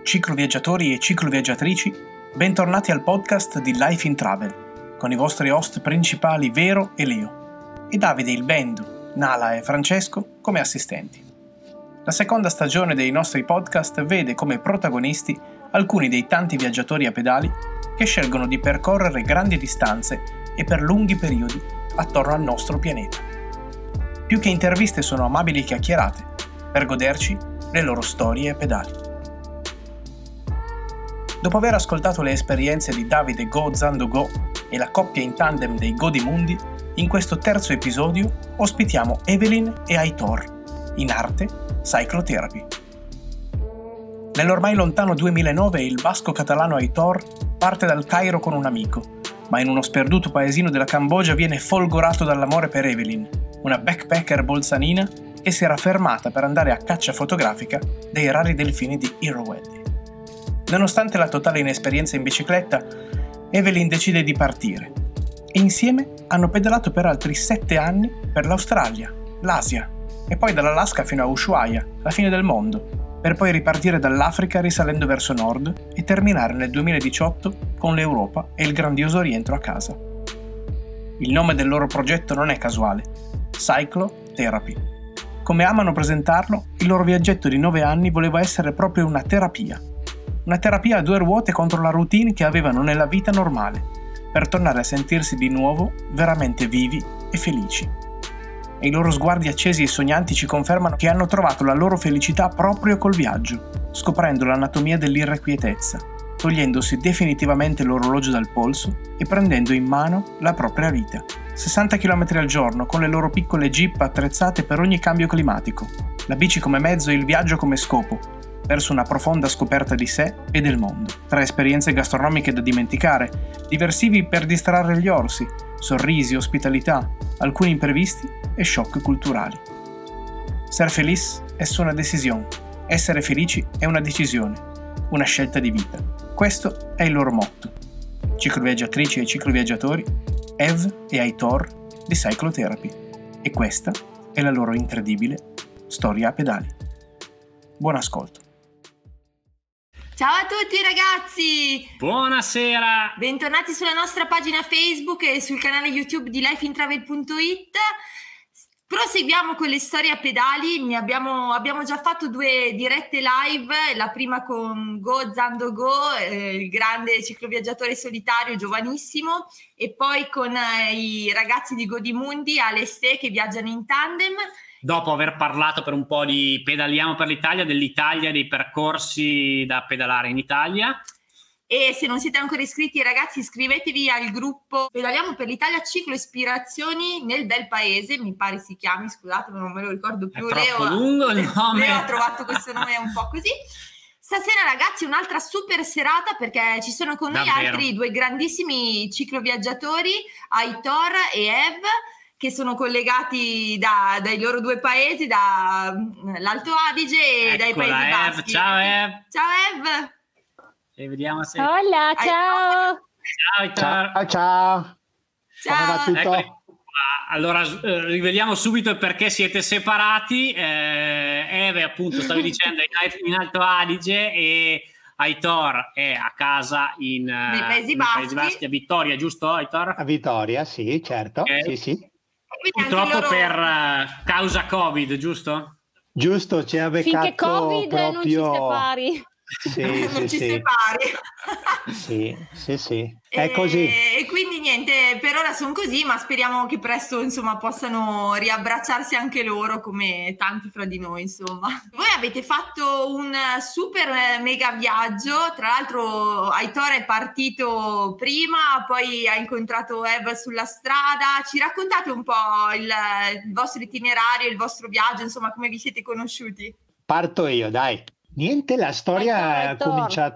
Cicloviaggiatori e cicloviaggiatrici, bentornati al podcast di Life in Travel, con i vostri host principali Vero e Leo, e Davide, il Bendu, Nala e Francesco come assistenti. La seconda stagione dei nostri podcast vede come protagonisti alcuni dei tanti viaggiatori a pedali che scelgono di percorrere grandi distanze e per lunghi periodi attorno al nostro pianeta. Più che interviste sono amabili chiacchierate per goderci le loro storie a pedali. Dopo aver ascoltato le esperienze di Davide Go Zando Go e la coppia in tandem dei Godimundi, in questo terzo episodio ospitiamo Evelyn e Aitor, in arte Cyclotherapy. Nell'ormai lontano 2009 il basco catalano Aitor parte dal Cairo con un amico, ma in uno sperduto paesino della Cambogia viene folgorato dall'amore per Evelyn, una backpacker bolzanina che si era fermata per andare a caccia fotografica dei rari delfini di Irrawaddy. Nonostante la totale inesperienza in bicicletta, Evelyn decide di partire e insieme hanno pedalato per altri 7 anni per l'Australia, l'Asia e poi dall'Alaska fino a Ushuaia, la fine del mondo, per poi ripartire dall'Africa risalendo verso nord e terminare nel 2018 con l'Europa e il grandioso rientro a casa. Il nome del loro progetto non è casuale: Cyclotherapy. Come amano presentarlo, il loro viaggetto di 9 anni voleva essere proprio una terapia a 2 ruote contro la routine che avevano nella vita normale, per tornare a sentirsi di nuovo veramente vivi e felici. E i loro sguardi accesi e sognanti ci confermano che hanno trovato la loro felicità proprio col viaggio, scoprendo l'anatomia dell'irrequietezza, togliendosi definitivamente l'orologio dal polso e prendendo in mano la propria vita. 60 km al giorno con le loro piccole jeep attrezzate per ogni cambio climatico, la bici come mezzo e il viaggio come scopo, verso una profonda scoperta di sé e del mondo, tra esperienze gastronomiche da dimenticare, diversivi per distrarre gli orsi, sorrisi, ospitalità, alcuni imprevisti e shock culturali. Ser feliz es una decisión. Essere felici è una decisione, una scelta di vita. Questo è il loro motto. Cicloviaggiatrici e cicloviaggiatori, Ev e Aitor di Cyclotherapy. E questa è la loro incredibile storia a pedali. Buon ascolto. Ciao a tutti ragazzi! Buonasera! Bentornati sulla nostra pagina Facebook e sul canale YouTube di lifeintravel.it. Proseguiamo con le storie a pedali. Abbiamo già fatto 2 dirette live, la prima con Go Zando Go, il grande cicloviaggiatore solitario giovanissimo, e poi con i ragazzi di Godimundi, Aleste, che viaggiano in tandem. Dopo aver parlato per un po' di Pedaliamo per l'Italia, dell'Italia e dei percorsi da pedalare in Italia. E se non siete ancora iscritti ragazzi, iscrivetevi al gruppo Pedaliamo per l'Italia Ciclo Ispirazioni nel bel paese, mi pare si chiami, scusate non me lo ricordo più. È troppo lungo il nome. Leo ha trovato questo nome un po' così. Stasera ragazzi un'altra super serata perché ci sono con noi altri 2 grandissimi cicloviaggiatori, Aitor e Ev, che sono collegati dai loro 2 paesi, dall'Alto Adige e dai Paesi Baschi. Ciao Ev! Ciao Ev! E vediamo se... Hola, ciao! Ciao! Come va tutto? Allora, riveliamo subito il perché siete separati. Eve, appunto, stavi dicendo, è in Alto Adige e Aitor è a casa nei Paesi Baschi, a Vittoria, giusto Aitor? A Vittoria, sì, certo. Okay. Sì. Purtroppo per causa Covid, giusto? Giusto, ci ha beccato finché Covid proprio... non ci separi. Non ci separi. Sì. È così. E quindi niente, per ora sono così, ma speriamo che presto insomma possano riabbracciarsi anche loro come tanti fra di noi insomma. Voi avete fatto un super mega viaggio, tra l'altro Aitor è partito prima, poi ha incontrato Ev sulla strada. Ci raccontate un po' il vostro itinerario, il vostro viaggio, insomma come vi siete conosciuti? Parto io, dai. Niente, la storia ha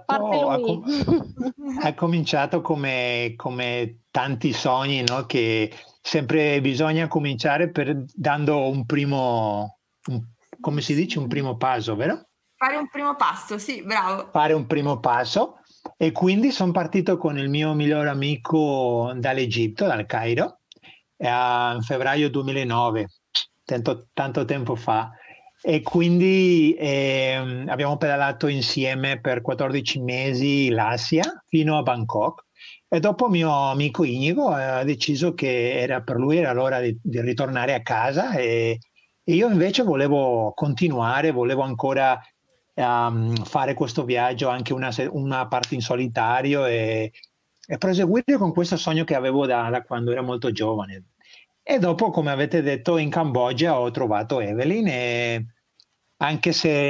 cominciato come tanti sogni, no? Che sempre bisogna cominciare dando un primo passo, vero? Fare un primo passo, sì, bravo. Fare un primo passo, e quindi sono partito con il mio migliore amico dall'Egitto, dal Cairo, in febbraio 2009, tanto tempo fa. E quindi abbiamo pedalato insieme per 14 mesi l'Asia fino a Bangkok. E dopo mio amico Inigo ha deciso che per lui era l'ora di ritornare a casa, e io invece volevo continuare, volevo ancora fare questo viaggio, anche una parte in solitario, e proseguire con questo sogno che avevo da quando ero molto giovane. E dopo, come avete detto, in Cambogia ho trovato Evelyn, e anche se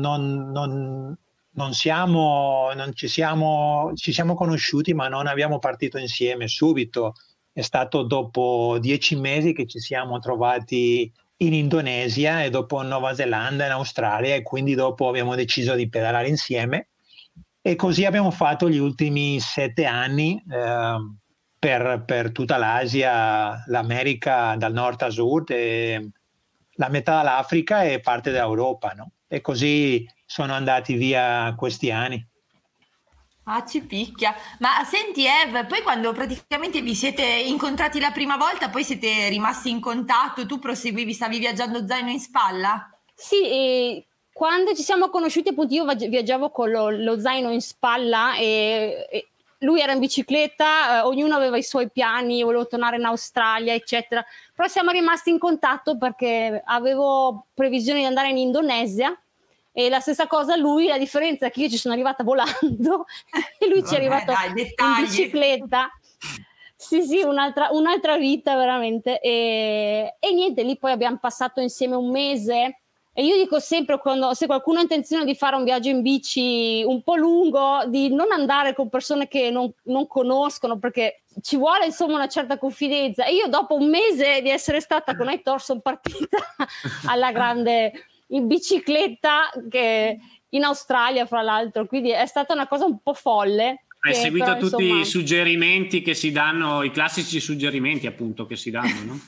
ci siamo conosciuti, ma non abbiamo partito insieme subito. È stato dopo 10 mesi che ci siamo trovati in Indonesia, e dopo in Nuova Zelanda, in Australia, e quindi dopo abbiamo deciso di pedalare insieme, e così abbiamo fatto gli ultimi 7 anni per tutta l'Asia, l'America dal nord a sud, e la metà dell'Africa e parte dell'Europa, no? E così sono andati via questi anni. Ah, ci picchia. Ma senti Ev, poi quando praticamente vi siete incontrati la prima volta, poi siete rimasti in contatto, tu proseguivi, stavi viaggiando zaino in spalla? Sì, e quando ci siamo conosciuti, appunto, io viaggiavo con lo zaino in spalla, e lui era in bicicletta, ognuno aveva i suoi piani, io volevo tornare in Australia, eccetera. Però siamo rimasti in contatto perché avevo previsione di andare in Indonesia, e la stessa cosa lui, la differenza è che io ci sono arrivata volando e lui ci è arrivato in bicicletta. Sì, un'altra vita veramente. E niente, lì poi abbiamo passato insieme un mese. E io dico sempre, se qualcuno ha intenzione di fare un viaggio in bici un po' lungo, di non andare con persone che non conoscono, perché ci vuole insomma una certa confidenza. E io dopo un mese di essere stata con Aitor sono partita alla grande in bicicletta, che in Australia fra l'altro, quindi è stata una cosa un po' folle. Hai seguito però, tutti i suggerimenti che si danno, i classici suggerimenti appunto che si danno, no?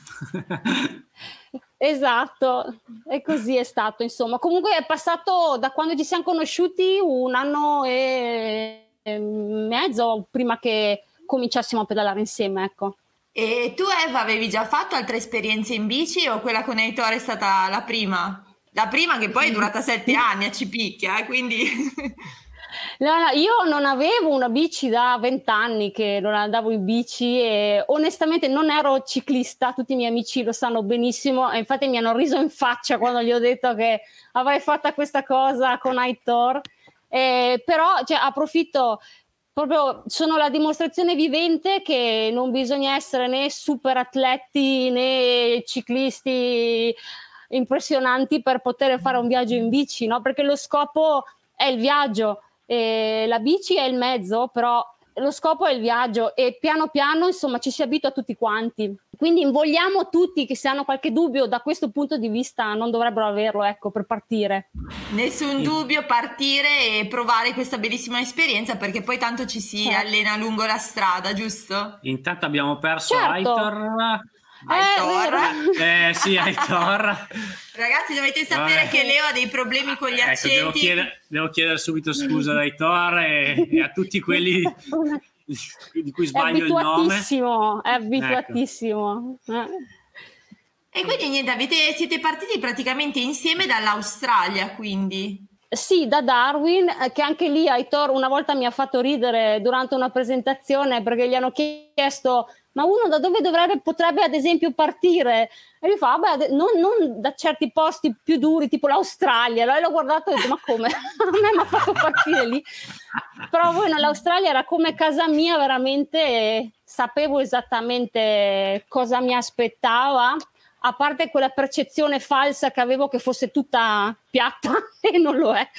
Esatto, e così è stato, insomma. Comunque è passato, da quando ci siamo conosciuti, 1 anno e mezzo prima che cominciassimo a pedalare insieme, ecco. E tu Eva avevi già fatto altre esperienze in bici, o quella con Aitor è stata la prima? La prima, che poi è durata 7 anni a Cipicchia, quindi... No, io non avevo una bici da 20 anni che non andavo in bici, e onestamente non ero ciclista, tutti i miei amici lo sanno benissimo, e infatti mi hanno riso in faccia quando gli ho detto che avrei fatto questa cosa con Aitor, però cioè, approfitto, proprio sono la dimostrazione vivente che non bisogna essere né super atleti né ciclisti impressionanti per poter fare un viaggio in bici, no? Perché lo scopo è il viaggio. La bici è il mezzo, però lo scopo è il viaggio, e piano piano insomma ci si abitua tutti quanti, quindi invogliamo tutti che se hanno qualche dubbio da questo punto di vista non dovrebbero averlo, ecco, per partire. Nessun dubbio, partire e provare questa bellissima esperienza, perché poi tanto ci si allena lungo la strada, giusto? Intanto abbiamo perso certo. Aitor. Sì, Aitor. Ragazzi, dovete sapere che Leo ha dei problemi con gli accenti. Devo chiedere subito scusa ad Aitor e a tutti quelli di cui sbaglio il nome. È abituatissimo. Ecco. E quindi niente, siete partiti praticamente insieme dall'Australia, quindi? Sì, da Darwin, che anche lì Aitor una volta mi ha fatto ridere durante una presentazione, perché gli hanno chiesto: ma uno da dove potrebbe ad esempio partire? E lui fa: vabbè, non da certi posti più duri, tipo l'Australia. Allora l'ho guardato e ho detto: ma come? A me mi ha fatto partire lì. Però bueno, l'Australia era come casa mia, veramente, sapevo esattamente cosa mi aspettava, a parte quella percezione falsa che avevo che fosse tutta piatta, e non lo è.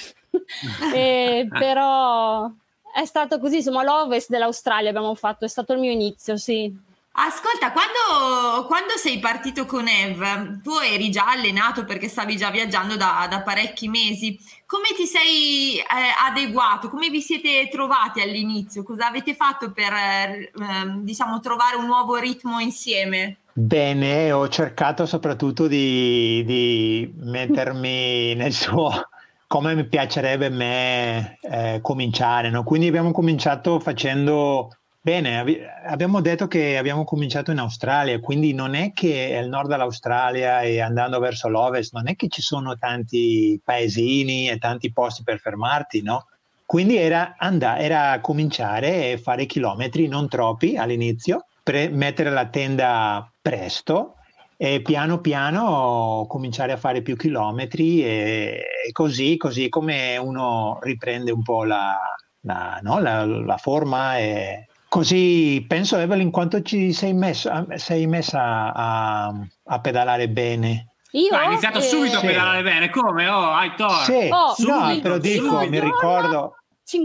Però è stato così, insomma, l'ovest dell'Australia abbiamo fatto, è stato il mio inizio, sì. Ascolta, quando sei partito con Ev, tu eri già allenato perché stavi già viaggiando da parecchi mesi. Come ti sei adeguato? Come vi siete trovati all'inizio? Cosa avete fatto per diciamo, trovare un nuovo ritmo insieme? Bene, ho cercato soprattutto di mettermi nel suo, come mi piacerebbe a me cominciare, no? Quindi abbiamo cominciato facendo Bene, abbiamo detto che abbiamo cominciato in Australia, quindi non è che il nord dell'Australia e andando verso l'ovest, non è che ci sono tanti paesini e tanti posti per fermarti, no? Quindi era cominciare e fare chilometri, non troppi all'inizio, per mettere la tenda presto e piano piano cominciare a fare più chilometri e così come uno riprende un po' la forma e così. Penso, Evelyn, quanto ci sei messa a pedalare bene? Io hai iniziato subito a pedalare bene, come? Aitor! Sì, subito, te lo dico, mi ricordo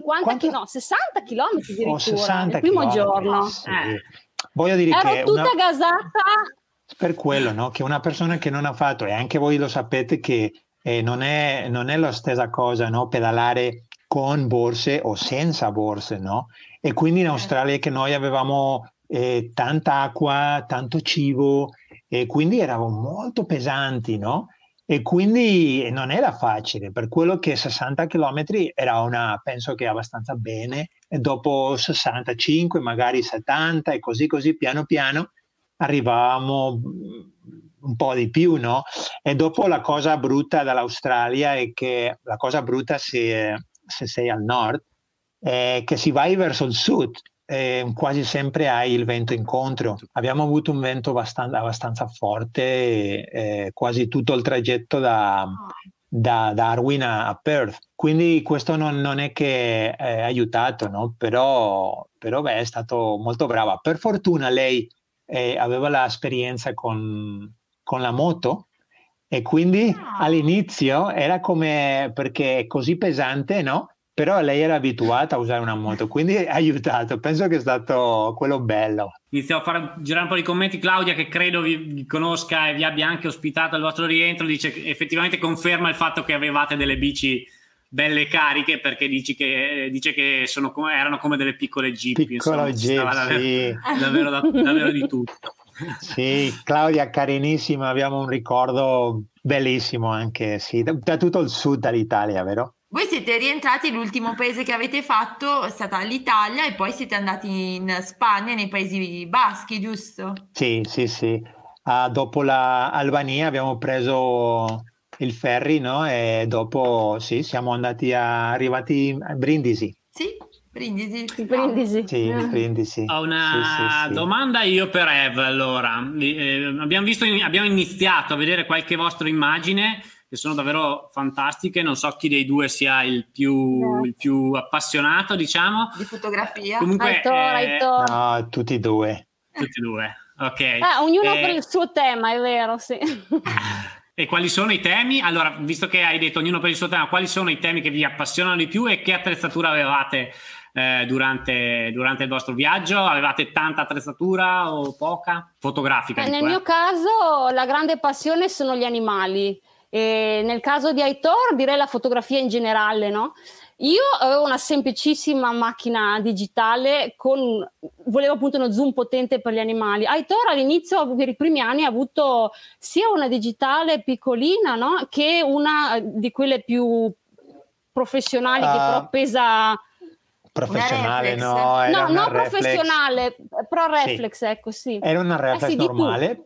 60 km addirittura, 60 il primo chilometri, giorno. sì. Voglio dire Ero che tutta gasata. per quello, no? Che una persona che non ha fatto, e anche voi lo sapete che non è la stessa cosa, no? Pedalare con borse o senza borse, no? E quindi in Australia che noi avevamo tanta acqua, tanto cibo, e quindi eravamo molto pesanti, no? E quindi non era facile, per quello che 60 km era penso che abbastanza bene, e dopo 65, magari 70, e così piano piano arrivavamo un po' di più, no? E dopo la cosa brutta dall'Australia è che la cosa brutta se sei al nord è che se vai verso il sud quasi sempre hai il vento incontro. Abbiamo avuto un vento abbastanza forte quasi tutto il tragitto da Darwin a Perth, quindi questo non è che ha aiutato, no? Però è stato molto brava. Per fortuna lei aveva l'esperienza con la moto e quindi all'inizio era come, perché è così pesante, no? Però lei era abituata a usare una moto, quindi ha aiutato. Penso che è stato quello bello. Inizio a far girare un po' di commenti. Claudia, che credo vi conosca e vi abbia anche ospitato al vostro rientro, dice che effettivamente conferma il fatto che avevate delle bici belle cariche, perché dice che erano come delle piccole jeep. Piccolo jeep, sì. davvero di tutto. Sì, Claudia carinissima, abbiamo un ricordo bellissimo anche, sì, da tutto il sud dell'Italia, vero? Voi siete rientrati, l'ultimo paese che avete fatto è stata l'Italia e poi siete andati in Spagna, nei Paesi Baschi, giusto? Sì. Dopo l'Albania abbiamo preso il ferry, no? E dopo siamo arrivati a Brindisi. Sì, Brindisi. Sì, Brindisi. Ho una domanda io per Eve, allora. Abbiamo iniziato a vedere qualche vostra immagine che sono davvero fantastiche. Non so chi dei due sia il più appassionato, diciamo. Di fotografia. Comunque, Aitor. No, tutti e due. Ok. Ognuno per il suo tema, è vero, sì. E quali sono i temi? Allora, visto che hai detto ognuno per il suo tema, quali sono i temi che vi appassionano di più e che attrezzatura avevate durante il vostro viaggio? Avevate tanta attrezzatura o poca? Fotografica? Nel mio caso la grande passione sono gli animali. E nel caso di Aitor direi la fotografia in generale, no? Io avevo una semplicissima macchina digitale volevo appunto uno zoom potente per gli animali. Aitor all'inizio, per i primi anni, ha avuto sia una digitale piccolina, no? Che una di quelle più professionali che però pesa... Professionale, no, era non professionale, Pro Reflex, sì. Ecco, sì. Era una reflex normale.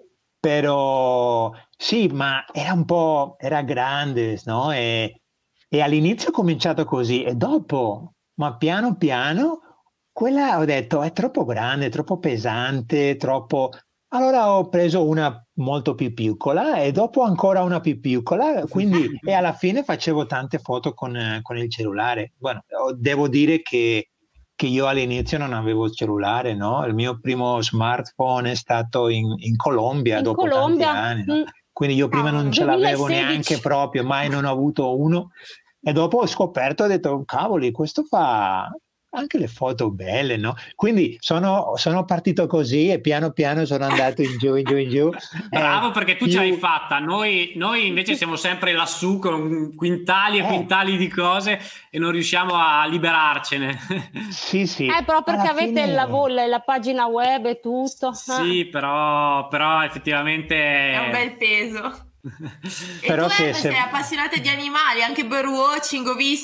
Però sì, ma era grande, no? E all'inizio ho cominciato così e dopo, ma piano piano, quella ho detto è troppo grande, troppo pesante, troppo... Allora ho preso una molto più piccola e dopo ancora una più piccola, quindi e alla fine facevo tante foto con il cellulare. Bueno, devo dire che io all'inizio non avevo cellulare, no? Il mio primo smartphone è stato in Colombia dopo tanti anni, no? Quindi io prima non ce l'avevo 2016. neanche proprio, mai non ho avuto uno e dopo ho scoperto e ho detto cavoli, questo fa anche le foto belle, no? Quindi sono partito così e piano piano sono andato in giù. Bravo, perché tu ce l'hai fatta. Noi invece siamo sempre lassù con quintali e quintali di cose e non riusciamo a liberarcene. Sì. Però perché avete la pagina web e tutto. Sì, però effettivamente è un bel peso. E però tu sei appassionata di animali, anche birdwatching, ho visto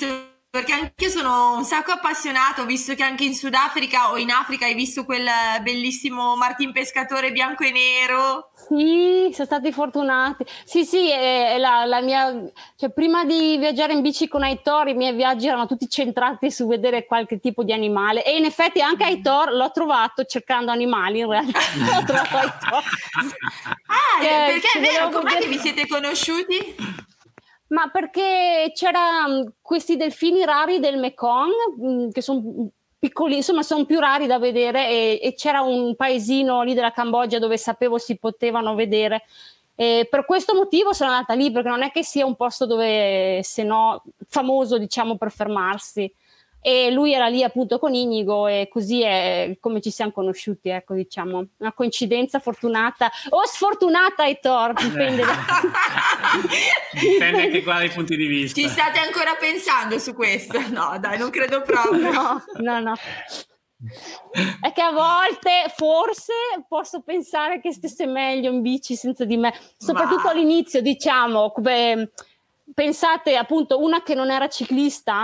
perché anche io sono un sacco appassionato, ho visto che anche in Sudafrica o in Africa hai visto quel bellissimo Martin Pescatore bianco e nero. Sì, siamo stati fortunati. Sì, è la mia, cioè, prima di viaggiare in bici con Aitor, i miei viaggi erano tutti centrati su vedere qualche tipo di animale, e in effetti anche Aitor l'ho trovato cercando animali, in realtà. L'ho trovato Aitor. Perché è vero, com'è che vi siete conosciuti? Ma perché c'erano questi delfini rari del Mekong, che sono piccoli, insomma sono più rari da vedere, e c'era un paesino lì della Cambogia dove sapevo si potevano vedere, e per questo motivo sono andata lì, perché non è che sia un posto dove, se no, famoso, diciamo, per fermarsi, e lui era lì appunto con Inigo, e così è come ci siamo conosciuti, ecco, diciamo, una coincidenza fortunata o sfortunata, Aitor, dipende dipende anche qua dai punti di vista. Ci state ancora pensando su questo? No, dai, non credo proprio. No. È che a volte forse posso pensare che stesse meglio in bici senza di me, soprattutto all'inizio, diciamo. Pensate appunto, una che non era ciclista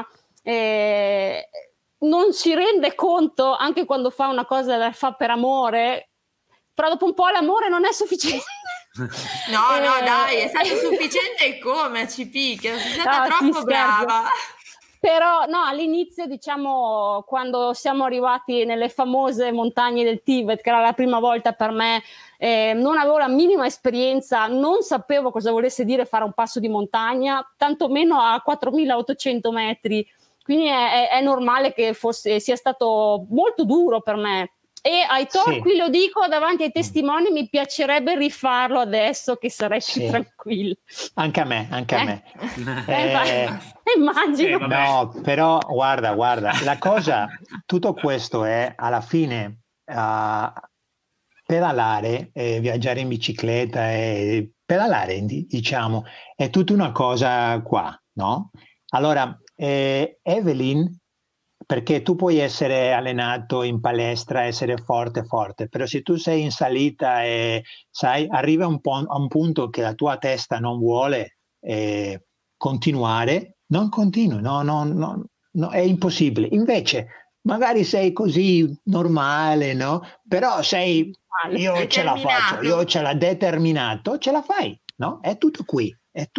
non si rende conto, anche quando fa una cosa la fa per amore, però dopo un po' l'amore non è sufficiente. No, dai, è stato sufficiente, e come ci picchia, sei stata troppo brava. Però no, all'inizio, diciamo, quando siamo arrivati nelle famose montagne del Tibet, che era la prima volta per me, non avevo la minima esperienza, non sapevo cosa volesse dire fare un passo di montagna, tantomeno a 4.800 metri, quindi è normale che sia stato molto duro per me. E Aitor, qui lo dico davanti ai testimoni, mi piacerebbe rifarlo adesso che sarei più tranquillo. Anche a me. Immagino. No, però guarda, la cosa, tutto questo è alla fine pedalare, viaggiare in bicicletta e pedalare, diciamo, è tutta una cosa qua, no? Allora, Evelyn, perché tu puoi essere allenato in palestra, essere forte, però se tu sei in salita e sai, arriva a un punto che la tua testa non vuole continuare, non continui, no, è impossibile. Invece, magari sei così normale, no? Però io ce la faccio, io ce l'ho determinato, ce la fai, no? È tutto qui.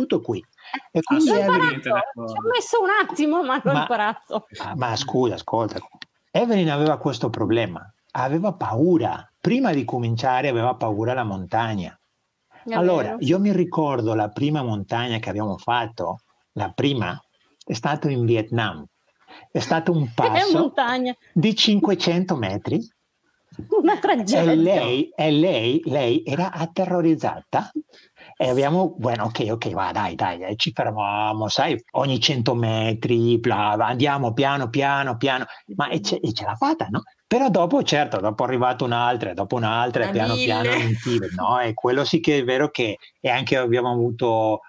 E quindi ci ho messo un attimo, ma ho imparato. Ma scusa, ascolta, Evelyn aveva questo problema, aveva paura, prima di cominciare aveva paura alla montagna. Allora, io mi ricordo la prima montagna che abbiamo fatto, la prima è stato in Vietnam, è stato un passo di 500 metri. Una tragedia. E lei era atterrorizzata. E abbiamo, ok, va, dai, ci fermiamo, sai, ogni 100 metri, andiamo piano, ma e ce l'ha fatta, no? Però dopo è arrivato un'altra, piano, in Tibet, no? E quello sì che è vero che, e anche abbiamo avuto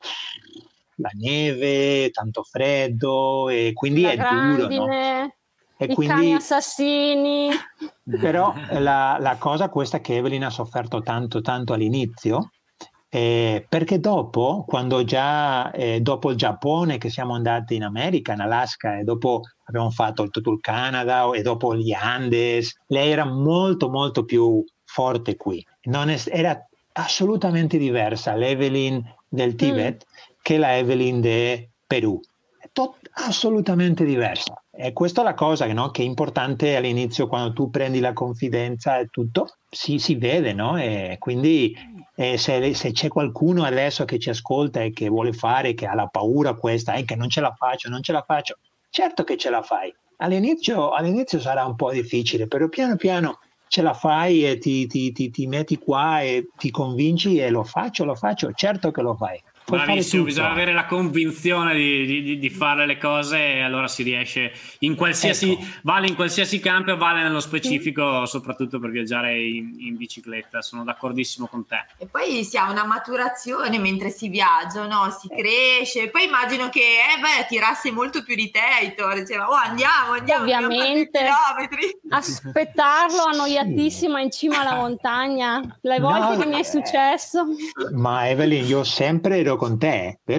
la neve, tanto freddo, e quindi è duro, no? E quindi, cani assassini. Però la cosa questa che Evelyn ha sofferto tanto all'inizio, perché dopo, quando già dopo il Giappone, che siamo andati in America, in Alaska, e dopo abbiamo fatto tutto il Canada e dopo gli Andes, lei era molto molto più forte qui, era assolutamente diversa l'Evelyn del Tibet che la Evelyn del Perù, assolutamente diversa. E questa è la cosa, no? Che è importante all'inizio, quando tu prendi la confidenza e tutto, si vede, no? E quindi se c'è qualcuno adesso che ci ascolta e che vuole fare, che ha la paura questa, che non ce la faccio, certo che ce la fai. All'inizio sarà un po' difficile, però piano piano ce la fai e ti metti qua e ti convinci e lo faccio, certo che lo fai. Bravissimo, bisogna avere la convinzione di fare le cose, e allora si riesce in qualsiasi, vale in qualsiasi campo, vale nello specifico, soprattutto per viaggiare in bicicletta. Sono d'accordissimo con te. E poi si ha una maturazione mentre si viaggia, no? Si cresce. Poi immagino che tirasse molto più di te, Aitor, diceva andiamo, ovviamente, aspettarlo annoiatissima in cima alla montagna, le volte che mi è successo. Ma Evelyn, io sempre ero con te, vero?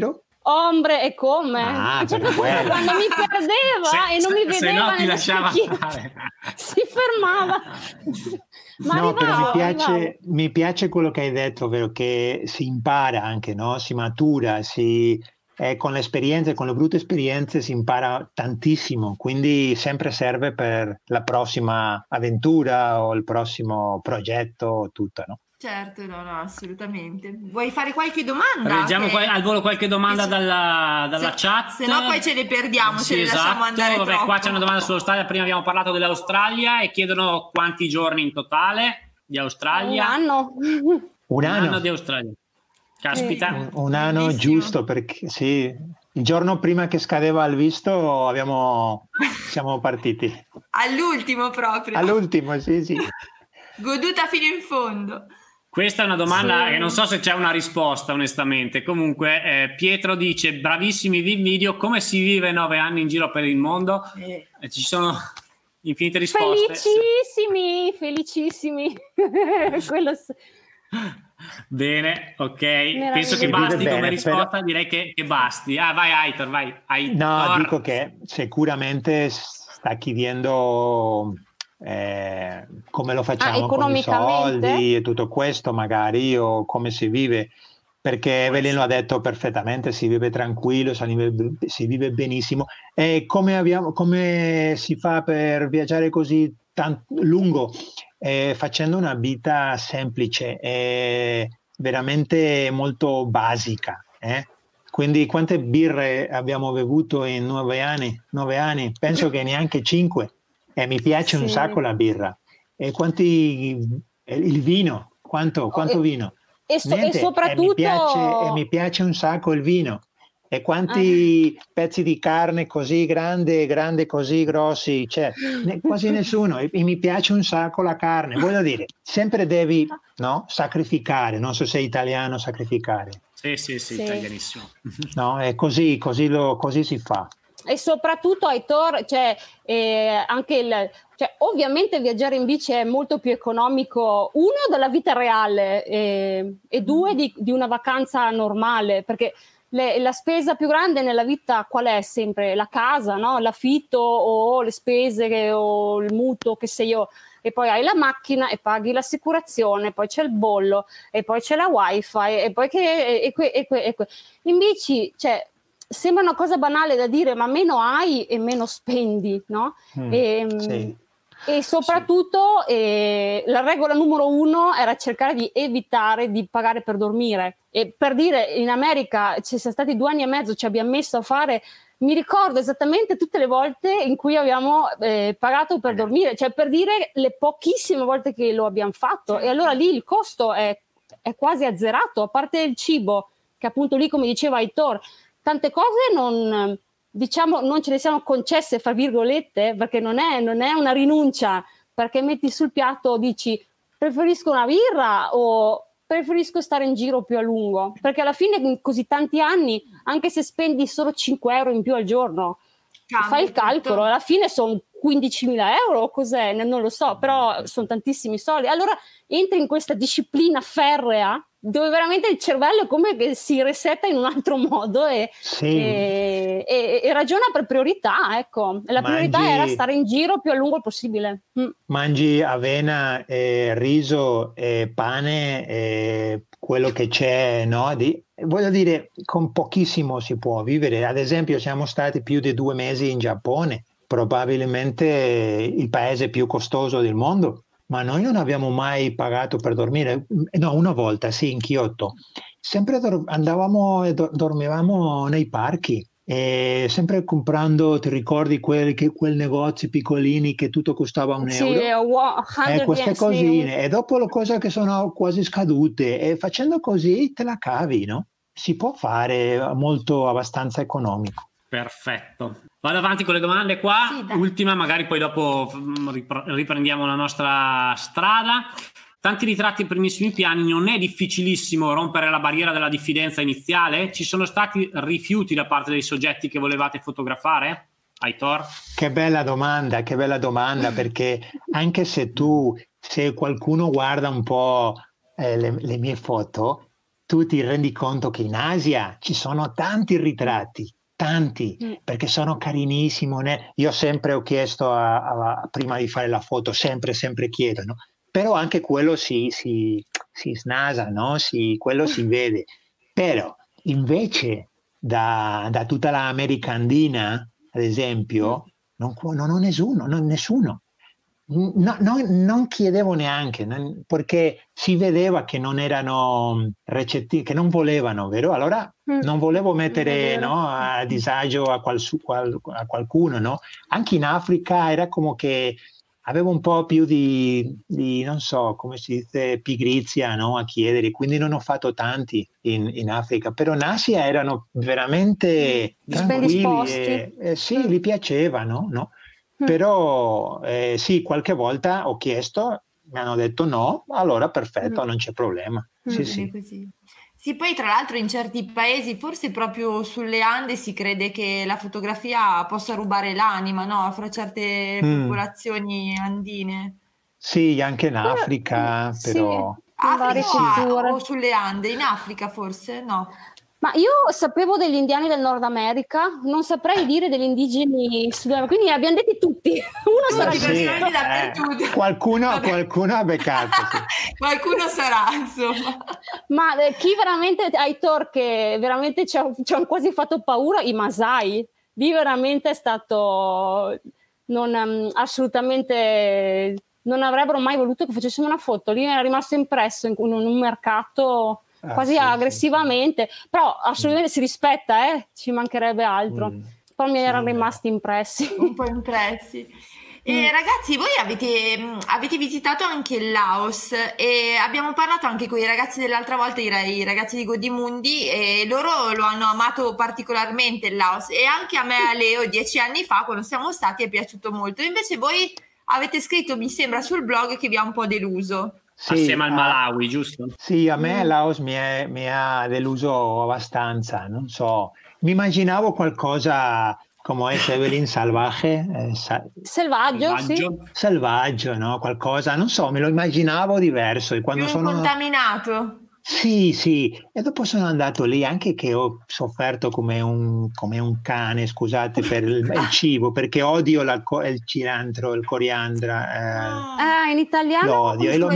ombre e come. Ah, A un certo per punto, quello. quando mi perdeva e non mi se vedeva no ti nello lasciava specchietto, fare. si fermava. Ma No, però arrivavo. mi piace quello che hai detto, ovvero che si impara anche, no? Si matura, con le esperienze, con le brutte esperienze si impara tantissimo, quindi sempre serve per la prossima avventura o il prossimo progetto, tutto, no? Certo, no, assolutamente. Vuoi fare qualche domanda? Leggiamo al volo qualche domanda che dalla chat. Se no poi ce le perdiamo, Sì, ce le lasciamo andare Vabbè, troppo. qua c'è una domanda sull'Australia. Prima abbiamo parlato dell'Australia e chiedono quanti giorni in totale di Australia. Un anno. Un anno di Australia. Caspita. un anno Bellissimo. giusto, perché sì, il giorno prima che scadeva il visto siamo partiti. All'ultimo proprio. All'ultimo, sì. Goduta fino in fondo. Questa è una domanda che non so se c'è una risposta, onestamente. Comunque, Pietro dice: bravissimi video, come si vive 9 anni in giro per il mondo? Ci sono infinite risposte. Felicissimi. Quello Bene, ok. Meraviglia. Penso che Si basti vive come bene, risposta. però... Direi che basti. Vai, Aitor, vai. No, dico che sicuramente sta chiedendo come lo facciamo con i soldi e tutto questo, magari, o come si vive, perché Evelyn lo ha detto perfettamente, si vive tranquillo, si vive benissimo. E come si fa per viaggiare così lungo? Facendo una vita semplice, veramente molto basica. Quindi quante birre abbiamo bevuto in 9 anni? 9 anni? Penso che neanche 5. E mi piace un sacco la birra. E il vino? Quanto vino? E soprattutto... mi piace un sacco il vino. E quanti pezzi di carne così grande così grossi? Cioè, quasi nessuno. E mi piace un sacco la carne. Voglio dire, sempre devi sacrificare. Non so se è italiano sacrificare. Sì, italianissimo. No, è così si fa. E soprattutto Aitor, ovviamente viaggiare in bici è molto più economico, uno, della vita reale e due, di una vacanza normale, perché la spesa più grande nella vita qual è? Sempre la casa, no? L'affitto o le spese o il mutuo, che se io, e poi hai la macchina e paghi l'assicurazione, poi c'è il bollo e poi c'è la wifi e poi in bici, cioè, sembra una cosa banale da dire, ma meno hai e meno spendi, no? E soprattutto la regola numero 1 era cercare di evitare di pagare per dormire. E per dire, in America ci siamo stati 2 anni e mezzo, ci abbiamo messo a fare, mi ricordo esattamente tutte le volte in cui abbiamo pagato per dormire, cioè per dire le pochissime volte che lo abbiamo fatto, e allora lì il costo è quasi azzerato, a parte il cibo, che appunto lì, come diceva Aitor, tante cose non ce le siamo concesse, fra virgolette, perché non è una rinuncia, perché metti sul piatto, dici preferisco una birra o preferisco stare in giro più a lungo, perché alla fine in così tanti anni, anche se spendi solo 5 euro in più al giorno, fai il calcolo, alla fine sono 15.000 euro, cos'è? Non lo so, però sono tantissimi soldi. Allora entri in questa disciplina ferrea dove veramente il cervello è come che si resetta in un altro modo e ragiona per priorità, ecco. La priorità era stare in giro più a lungo il possibile. Mangi avena, riso, pane, quello che c'è, no? Voglio dire, con pochissimo si può vivere. Ad esempio, siamo stati più di 2 mesi in Giappone, probabilmente il paese più costoso del mondo. Ma noi non abbiamo mai pagato per dormire. No, una volta, sì, in Kyoto. Sempre andavamo e dormivamo nei parchi, e sempre comprando, ti ricordi quel negozi piccolini che tutto costava €1? Sì, queste cosine. E dopo le cose che sono quasi scadute, e facendo così te la cavi, no? Si può fare abbastanza economico. Perfetto. Vado avanti con le domande qua. Sì, ultima, magari poi dopo riprendiamo la nostra strada. Tanti ritratti e primissimi piani, non è difficilissimo rompere la barriera della diffidenza iniziale? Ci sono stati rifiuti da parte dei soggetti che volevate fotografare? Aitor? Che bella domanda, perché anche se qualcuno guarda un po' le mie foto, tu ti rendi conto che in Asia ci sono tanti ritratti, tanti, perché sono carinissimi. Io sempre ho chiesto, prima di fare la foto, sempre chiedo, no? Però anche quello si snasa, no? Quello si vede. Però invece da tutta l'America Andina, ad esempio, non ho nessuno. Non chiedevo neanche, perché si vedeva che non erano recettivi, che non volevano, vero? Allora non volevo mettere, no, a disagio a qualcuno, no? Anche in Africa era come che avevo un po' più di non so, come si dice, pigrizia, no? A chiedere, quindi non ho fatto tanti in Africa, però in Asia erano veramente tranquilli, sì, gli piacevano, no? Però sì, qualche volta ho chiesto, mi hanno detto no, allora perfetto, non c'è problema. Sì. Così. Sì, poi tra l'altro in certi paesi, forse proprio sulle Ande, si crede che la fotografia possa rubare l'anima, no? Fra certe popolazioni andine. Sì, anche in Africa, però... Africa o sulle Ande? In Africa forse? No. Ma io sapevo degli indiani del Nord America, non saprei dire degli indigeni sudafricani, quindi li abbiamo detti tutti. Uno sarà dappertutto. Qualcuno ha beccato. Sì. Qualcuno sarà, insomma. Ma chi veramente, Aitor, che veramente ci ha quasi fatto paura, i Masai. Lì veramente è stato assolutamente, non avrebbero mai voluto che facessimo una foto. Lì era rimasto impresso in un mercato... quasi aggressivamente, però assolutamente si rispetta, ci mancherebbe altro. Poi mi erano rimasti impressi. Un po' impressi. Ragazzi, voi avete visitato anche il Laos e abbiamo parlato anche con i ragazzi dell'altra volta, i ragazzi di Godimundi, e loro lo hanno amato particolarmente il Laos, e anche a me, a Leo, 10 anni fa, quando siamo stati, è piaciuto molto. Invece voi avete scritto, mi sembra, sul blog che vi ha un po' deluso. Sì, assieme al Malawi, giusto? Sì, a me Laos mi ha deluso abbastanza, non so, mi immaginavo qualcosa come Evelyn selvaggio, no? Qualcosa, non so, me lo immaginavo diverso. E quando più contaminato. Sì, e dopo sono andato lì, anche che ho sofferto come un cane, scusate, per il cibo, perché odio il cilantro, il coriandolo. In italiano? Lo odio, e lo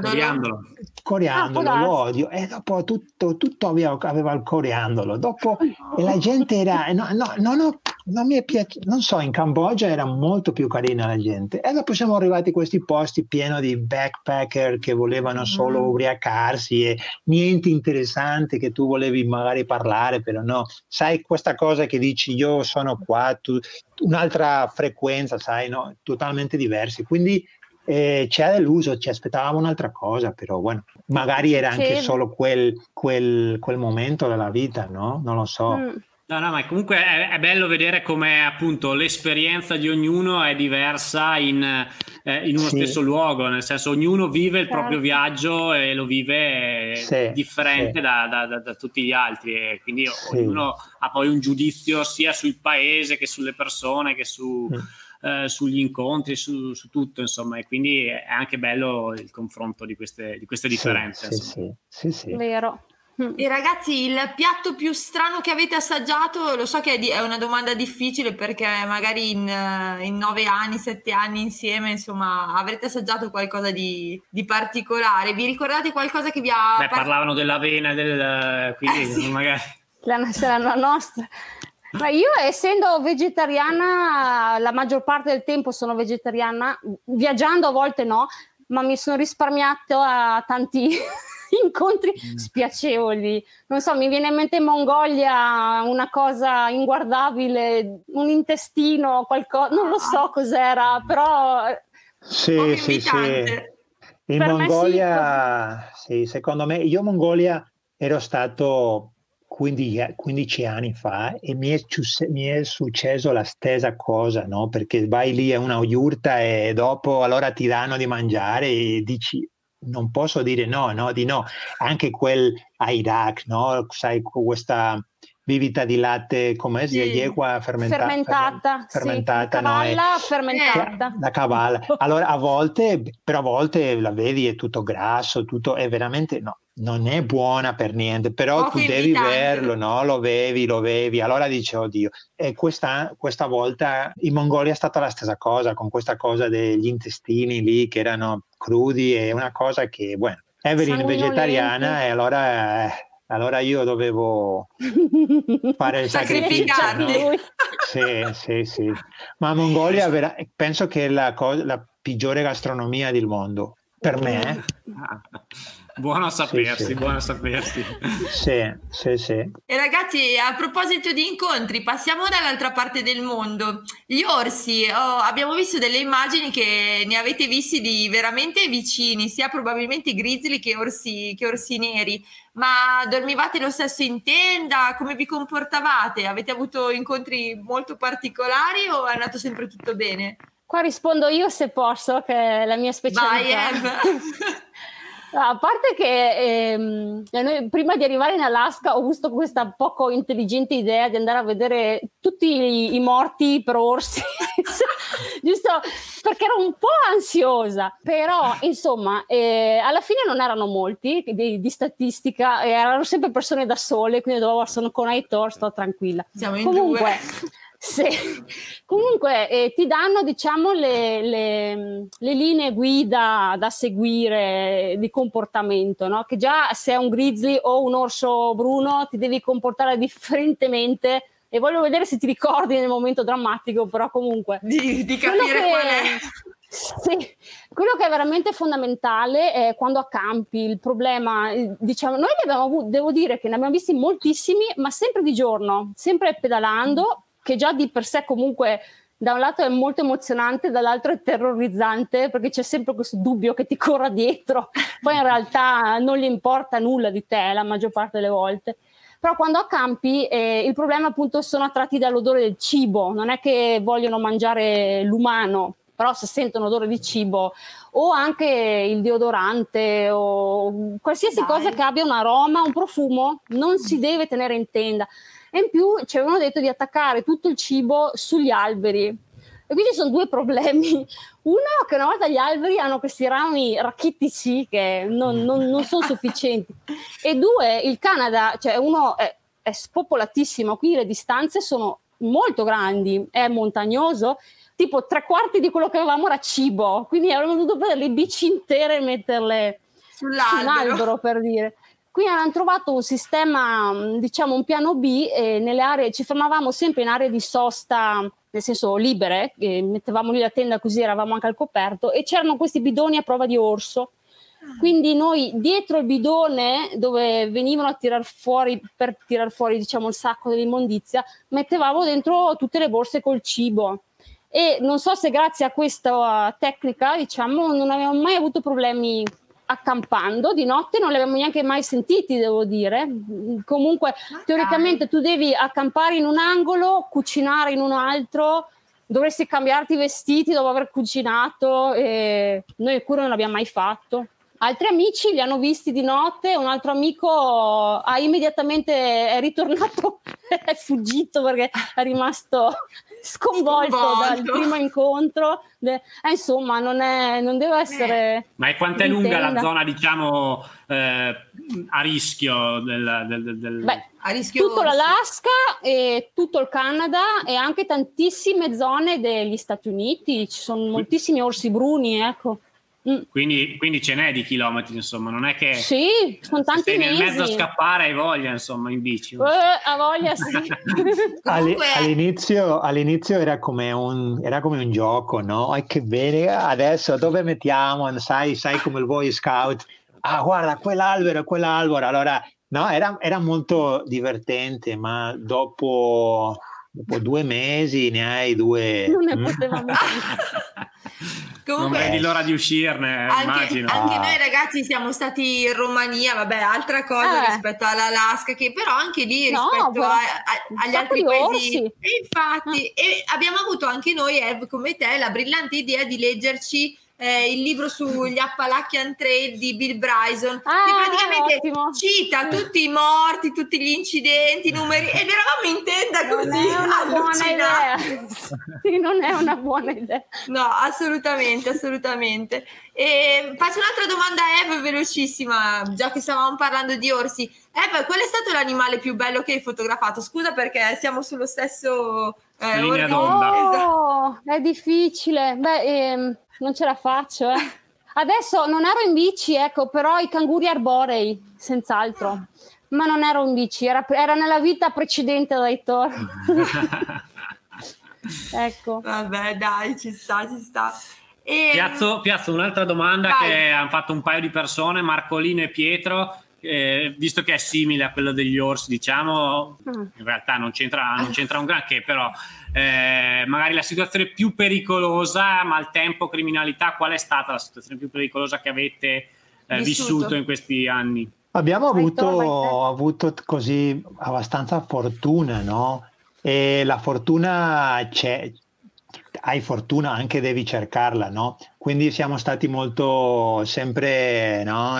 coriandolo. Lo odio, e dopo tutto aveva il coriandolo. Dopo e la gente era, non mi è piaciuto, non so, in Cambogia era molto più carina la gente, e dopo siamo arrivati a questi posti pieni di backpacker che volevano solo ubriacarsi e niente interessante, che tu volevi magari parlare, però no, sai, questa cosa che dici io sono qua, un'altra frequenza, sai, no, totalmente diversi, quindi ci ha deluso, ci aspettavamo un'altra cosa, però bueno, magari era anche solo quel momento della vita, no? Non lo so. No, ma comunque è bello vedere come appunto l'esperienza di ognuno è diversa in uno stesso luogo, nel senso ognuno vive il proprio viaggio e lo vive differente da tutti gli altri, e quindi ognuno ha poi un giudizio sia sul paese che sulle persone che sugli incontri, su tutto, insomma, e quindi è anche bello il confronto di queste differenze. Sì. Vero. E ragazzi, il piatto più strano che avete assaggiato, lo so che è una domanda difficile, perché magari in 9 anni, 7 anni insieme, insomma, avrete assaggiato qualcosa di particolare. Vi ricordate qualcosa che vi ha... parlavano dell'avena, quindi magari... La nostra... Ma io, essendo vegetariana, la maggior parte del tempo sono vegetariana, viaggiando a volte no, ma mi sono risparmiato a tanti incontri spiacevoli. Non so, mi viene in mente in Mongolia una cosa inguardabile, un intestino, qualcosa, non lo so cos'era, però... Sì. In Mongolia, secondo me, io in Mongolia ero stato 15 anni fa e mi è successo la stessa cosa, no? Perché vai lì a una yurta e dopo allora ti danno di mangiare e dici non posso dire no, anche quel a Iraq, no? Sai, questa bibita di latte, come si dice, yegua fermentata, fermentata, cavalla fermentata. La cavalla. Allora a volte la vedi è tutto grasso, tutto è veramente non è buona per niente, però tu devi berlo, no? Lo bevi. Allora dice, oddio. E questa volta in Mongolia è stata la stessa cosa, con questa cosa degli intestini lì che erano crudi, è una cosa che, bueno, Evelyn è vegetariana e allora io dovevo fare il sacrificio, no? Sì. Ma Mongolia penso che è la peggiore gastronomia del mondo, per me. Buono a sapersi, buono a sapersi. Sì. E ragazzi, a proposito di incontri, passiamo dall'altra parte del mondo. Gli orsi, abbiamo visto delle immagini che ne avete visti di veramente vicini, sia probabilmente grizzly che orsi neri. Ma dormivate lo stesso in tenda? Come vi comportavate? Avete avuto incontri molto particolari o è andato sempre tutto bene? Qua rispondo io, se posso, che è la mia specialità. Vai, A parte che noi, prima di arrivare in Alaska, ho avuto questa poco intelligente idea di andare a vedere tutti i morti per orsi, giusto perché ero un po' ansiosa, però insomma alla fine non erano molti di statistica, erano sempre persone da sole, quindi sono con Aitor, sto tranquilla. Siamo in due. Sì. Comunque ti danno, diciamo, le linee guida da seguire di comportamento, no? Che già se è un grizzly o un orso bruno ti devi comportare differentemente, e voglio vedere se ti ricordi nel momento drammatico, però comunque di capire qual è. Sì, quello che è veramente fondamentale è quando accampi. Il problema, diciamo, noi devo dire che ne abbiamo visti moltissimi, ma sempre di giorno, sempre pedalando, che già di per sé comunque da un lato è molto emozionante, dall'altro è terrorizzante, perché c'è sempre questo dubbio che ti corra dietro, poi in realtà non gli importa nulla di te la maggior parte delle volte. Però quando accampi il problema appunto sono attratti dall'odore del cibo, non è che vogliono mangiare l'umano, però se sentono odore di cibo, o anche il deodorante o qualsiasi cosa che abbia un aroma, un profumo, non si deve tenere in tenda. E in più ci avevano detto di attaccare tutto il cibo sugli alberi. E quindi ci sono due problemi. Uno, che una volta gli alberi hanno questi rami rachitici che non sono sufficienti. E due, il Canada, cioè uno è spopolatissimo, quindi le distanze sono molto grandi, è montagnoso, tipo 3/4 di quello che avevamo era cibo, quindi avremmo dovuto prendere le bici intere e metterle sull'albero, per dire. Quindi hanno trovato un sistema, diciamo un piano B, e nelle aree ci fermavamo sempre in aree di sosta, nel senso libere, mettevamo lì la tenda così eravamo anche al coperto, e c'erano questi bidoni a prova di orso. Quindi noi dietro il bidone dove venivano a tirar fuori, per tirar fuori diciamo il sacco dell'immondizia, mettevamo dentro tutte le borse col cibo. E non so se grazie a questa tecnica, diciamo, non abbiamo mai avuto problemi accampando. Di notte non li abbiamo neanche mai sentiti, devo dire. Comunque teoricamente tu devi accampare in un angolo, cucinare in un altro, dovresti cambiarti i vestiti dopo aver cucinato, e noi pure non l'abbiamo mai fatto. Altri amici li hanno visti di notte, un altro amico è ritornato, è fuggito perché è rimasto sconvolto dal primo incontro. Insomma, non deve essere. Ma è quanto è lunga la zona, diciamo, a rischio Beh, a rischio tutto l'Alaska e tutto il Canada e anche tantissime zone degli Stati Uniti. Ci sono moltissimi orsi bruni, ecco. Quindi ce n'è di chilometri, insomma, non è che sì, sono tanti mesi. Nel mezzo a scappare hai voglia, insomma, in bici. Ha voglia, sì. All'inizio era come un gioco, no? E che bene, adesso dove mettiamo? Sai come il Boy Scout. Ah, guarda, quell'albero. Allora, no, era molto divertente, ma dopo 2 mesi ne hai 2. Non ne potevamo Comunque, non vedi l'ora di uscirne, immagino. Anche noi ragazzi siamo stati in Romania, vabbè, altra cosa rispetto all'Alaska, che però anche lì rispetto agli altri paesi. E infatti, e abbiamo avuto anche noi, Ev, come te, la brillante idea di leggerci il libro sugli Appalachian Trail di Bill Bryson, che praticamente cita tutti i morti, tutti gli incidenti, i numeri, ed eravamo in tenda così. Non è una buona idea. Sì, non è una buona idea. No, assolutamente. E faccio un'altra domanda a Eve, velocissima, già che stavamo parlando di orsi. Eve, qual è stato l'animale più bello che hai fotografato? Scusa perché siamo sullo stesso linea d'onda. Oh, è difficile. Beh, non ce la faccio. Adesso non ero in bici, ecco, però i canguri arborei, senz'altro. Ma non ero in bici, era nella vita precedente da Aitor. Ecco. Vabbè, dai, ci sta. Piazzo un'altra domanda. Vai. Che hanno fatto un paio di persone, Marcolino e Pietro, visto che è simile a quello degli orsi, diciamo, in realtà non c'entra un granché, però magari la situazione più pericolosa, maltempo, criminalità, qual è stata la situazione più pericolosa che avete vissuto in questi anni? Abbiamo avuto così abbastanza fortuna, no? E la fortuna c'è, hai fortuna, anche devi cercarla, no? Quindi siamo stati molto sempre, no?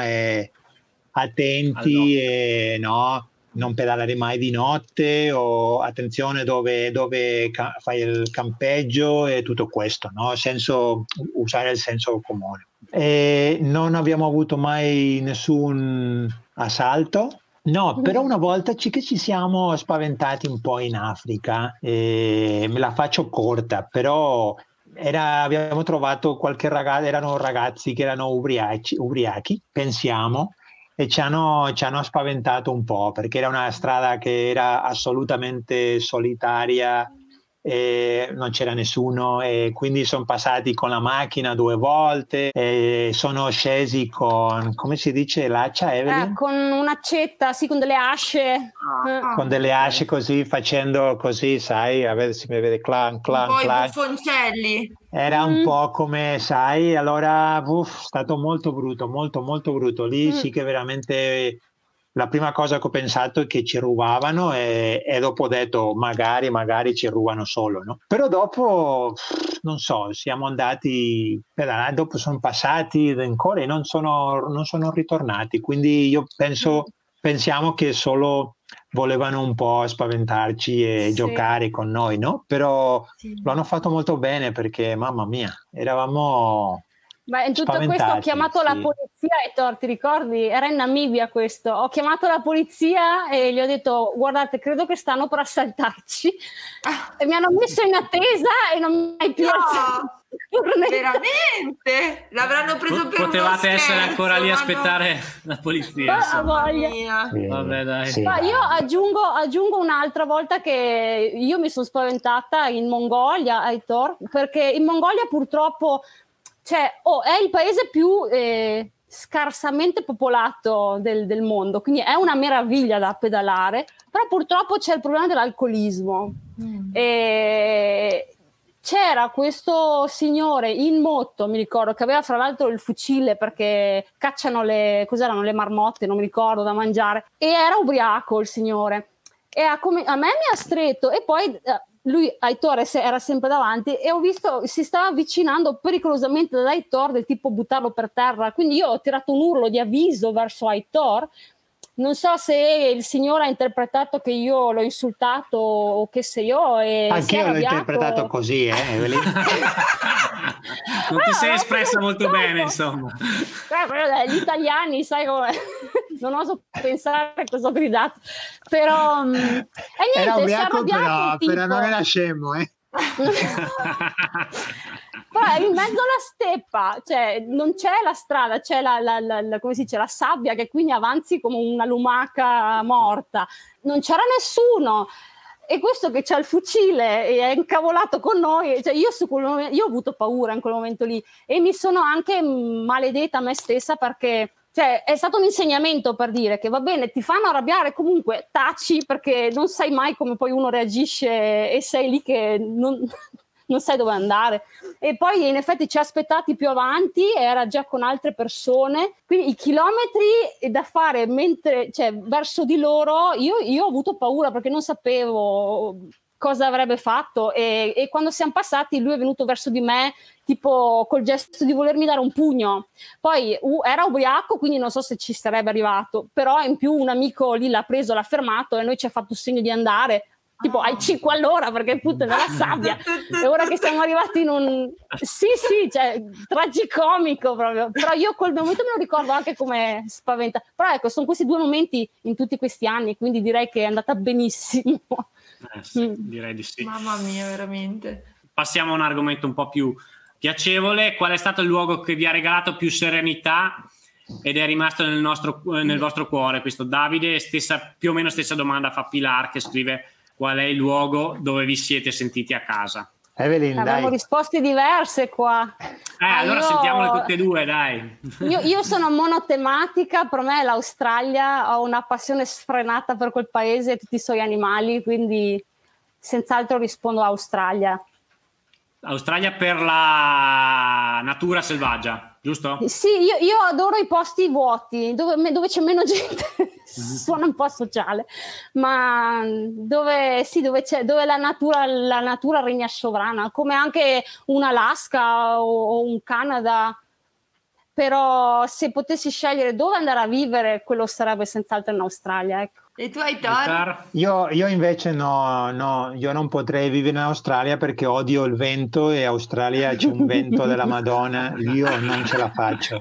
Attenti, e no, non pedalare mai di notte, o attenzione dove fai il campeggio e tutto questo, no? Usare il senso comune. E non abbiamo avuto mai nessun assalto. No, però una volta ci siamo spaventati un po' in Africa, me la faccio corta, però abbiamo trovato qualche ragazzo, erano ragazzi che erano ubriachi, pensiamo, e ci hanno spaventato un po', perché era una strada che era assolutamente solitaria, e non c'era nessuno, e quindi sono passati con la macchina 2 volte, e sono scesi con, come si dice, l'accia, Evelyn? Con un'accetta, sì, con delle asce. Con delle asce, così, facendo così, sai, a vedere, si vede clank. Un po' i buffoncelli. Era un po' come, sai, allora, è stato molto brutto, molto brutto. Lì sì che veramente... La prima cosa che ho pensato è che ci rubavano, e dopo ho detto magari ci rubano solo, no? Però dopo, non so, siamo andati pedalare, dopo sono passati ancora e non sono ritornati, quindi io pensiamo che solo volevano un po' spaventarci e giocare con noi, no? Però l'hanno fatto molto bene, perché mamma mia, eravamo... Ma in tutto questo ho chiamato la polizia, Aitor, ti ricordi? Era in Namibia questo. Ho chiamato la polizia e gli ho detto: guardate, credo che stanno per assaltarci. E mi hanno messo in attesa e non mi hai più alzato. Veramente? L'avranno preso per potevate uno essere scherzo, ancora lì a aspettare la polizia. Vabbè, dai. Ma io aggiungo un'altra volta che io mi sono spaventata in Mongolia, Aitor, perché in Mongolia purtroppo è il paese più scarsamente popolato del mondo, quindi è una meraviglia da pedalare, però purtroppo c'è il problema dell'alcolismo. E c'era questo signore in moto, mi ricordo, che aveva fra l'altro il fucile, perché cacciano cos'erano, le marmotte, non mi ricordo, da mangiare, e era ubriaco il signore, e a me mi ha stretto, e poi lui, Aitor, era sempre davanti, e ho visto si stava avvicinando pericolosamente da Aitor, del tipo buttarlo per terra, quindi io ho tirato un urlo di avviso verso Aitor. Non so se il signore ha interpretato che io l'ho insultato o che se io... Anch'io l'ho interpretato così, Evelyn. Non ti sei espressa molto bene, insomma. Gli italiani, sai come... Non oso pensare a cosa ho gridato. Però... niente, era ubriaco, però non era scemo, Poi in mezzo alla steppa, cioè non c'è la strada, c'è come si dice, la sabbia, che quindi avanzi come una lumaca morta, non c'era nessuno, e questo che c'ha il fucile e è incavolato con noi, cioè io ho avuto paura in quel momento lì, e mi sono anche maledetta me stessa, perché è stato un insegnamento per dire che va bene, ti fanno arrabbiare, comunque taci, perché non sai mai come poi uno reagisce, e sei lì che non sai dove andare. E poi in effetti ci ha aspettati più avanti, era già con altre persone, quindi i chilometri da fare verso di loro, io ho avuto paura, perché non sapevo cosa avrebbe fatto, e quando siamo passati lui è venuto verso di me tipo col gesto di volermi dare un pugno. Poi era ubriaco, quindi non so se ci sarebbe arrivato, però in più un amico lì l'ha preso, l'ha fermato e noi ci ha fatto il segno di andare, tipo ai 5 all'ora, perché appunto è nella sabbia. E ora che siamo arrivati in un sì, cioè tragicomico proprio, però io quel momento me lo ricordo anche come spaventa. Però ecco, sono questi 2 momenti in tutti questi anni, quindi direi che è andata benissimo. Sì, direi di sì. Mamma mia, veramente. Passiamo a un argomento un po' più piacevole. Qual è stato il luogo che vi ha regalato più serenità ed è rimasto nel vostro cuore? Questo Davide, più o meno stessa domanda fa Pilar, che scrive: qual è il luogo dove vi siete sentiti a casa? Evelyn, abbiamo risposte diverse qua. Allora sentiamole tutte e due, dai. Io sono monotematica, per me è l'Australia, ho una passione sfrenata per quel paese e tutti i suoi animali, quindi senz'altro rispondo Australia. Australia per la natura selvaggia, giusto? Sì, io adoro i posti vuoti, dove c'è meno gente. Suona un po' sociale, ma dove la natura regna sovrana, come anche un Alaska o un Canada. Però se potessi scegliere dove andare a vivere, quello sarebbe senz'altro in Australia, ecco. E tu, Aitor? Io invece no, io non potrei vivere in Australia perché odio il vento, e Australia c'è un vento della Madonna, io non ce la faccio.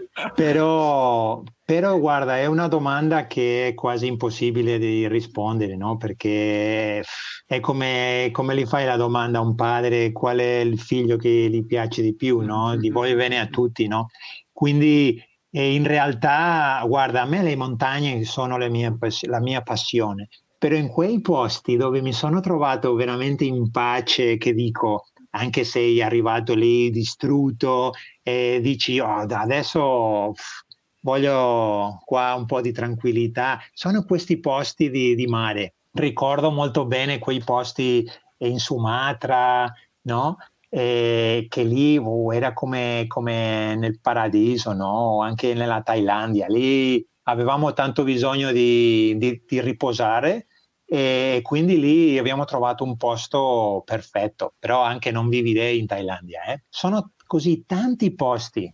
Però guarda, è una domanda che è quasi impossibile di rispondere, no? Perché è come gli fai la domanda a un padre qual è il figlio che gli piace di più, no? Gli vuole bene a tutti, no? Quindi in realtà, guarda, a me le montagne sono la mia passione, però in quei posti dove mi sono trovato veramente in pace, che dico, anche se sei arrivato lì distrutto e dici adesso voglio qua un po' di tranquillità, sono questi posti di mare. Ricordo molto bene quei posti in Sumatra, no? Che lì era come nel paradiso, no? Anche nella Thailandia, lì avevamo tanto bisogno di riposare, e quindi lì abbiamo trovato un posto perfetto, però anche non vivrei in Thailandia. Sono così tanti posti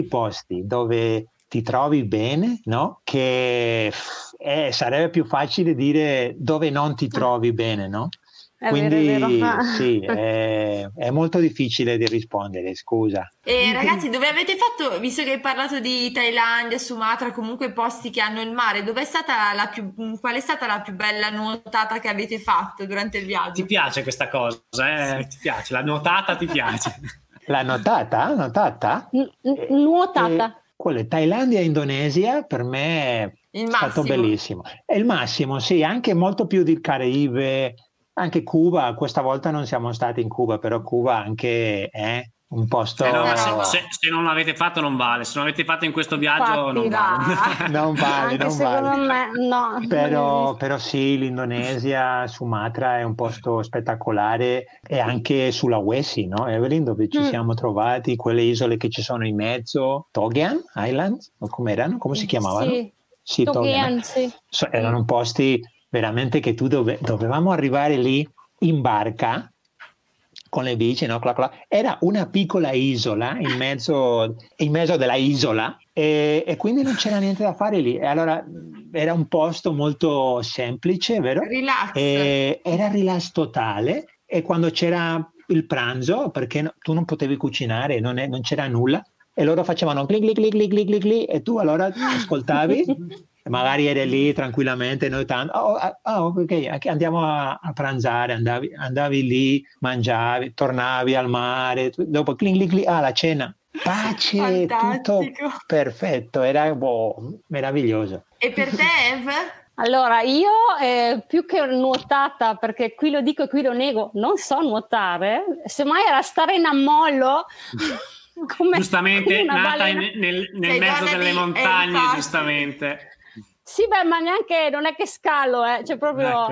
dove ti trovi bene, no? Che sarebbe più facile dire dove non ti trovi bene, no? Quindi è vero. Sì, è molto difficile di rispondere, scusa. E ragazzi, dove avete fatto, visto che hai parlato di Thailandia, Sumatra, comunque posti che hanno il mare, qual è stata la più bella nuotata che avete fatto durante il viaggio? Ti piace questa cosa? Ti piace? La nuotata ti piace? La nuotata? Nuotata. Quelle Thailandia e Indonesia per me è stato bellissimo. È il massimo, sì, anche molto più di Caraibe. Anche Cuba, questa volta non siamo stati in Cuba, però Cuba anche è un posto... Se non l'avete fatto non vale, se non l'avete fatto in questo viaggio non vale. Non vale. Secondo me no. Però sì, l'Indonesia, Sumatra è un posto spettacolare, e anche Sulawesi, no? Evelyn, dove ci siamo trovati, quelle isole che ci sono in mezzo, Togian Islands, o come erano? Come si chiamavano? Sì, Togian, sì. Erano posti veramente che tu dovevamo arrivare lì in barca con le bici, no? Era una piccola isola in mezzo della isola, e quindi non c'era niente da fare lì. E allora era un posto molto semplice, vero? Relax. Era relax totale, e quando c'era il pranzo, perché tu non potevi cucinare, non c'era nulla, e loro facevano clic clic clic clic clic clic, e tu allora ascoltavi. Magari eri lì tranquillamente, noi tanto, ok, andiamo a pranzare, andavi lì, mangiavi, tornavi al mare, dopo la cena, pace, tutto perfetto, era meraviglioso. E per te, Ev? Allora, io più che nuotata, perché qui lo dico e qui lo nego, non so nuotare, semmai era stare in ammollo. Giustamente, nata nel mezzo delle montagne, giustamente. Sì, beh, ma neanche, non è che scalo, cioè proprio,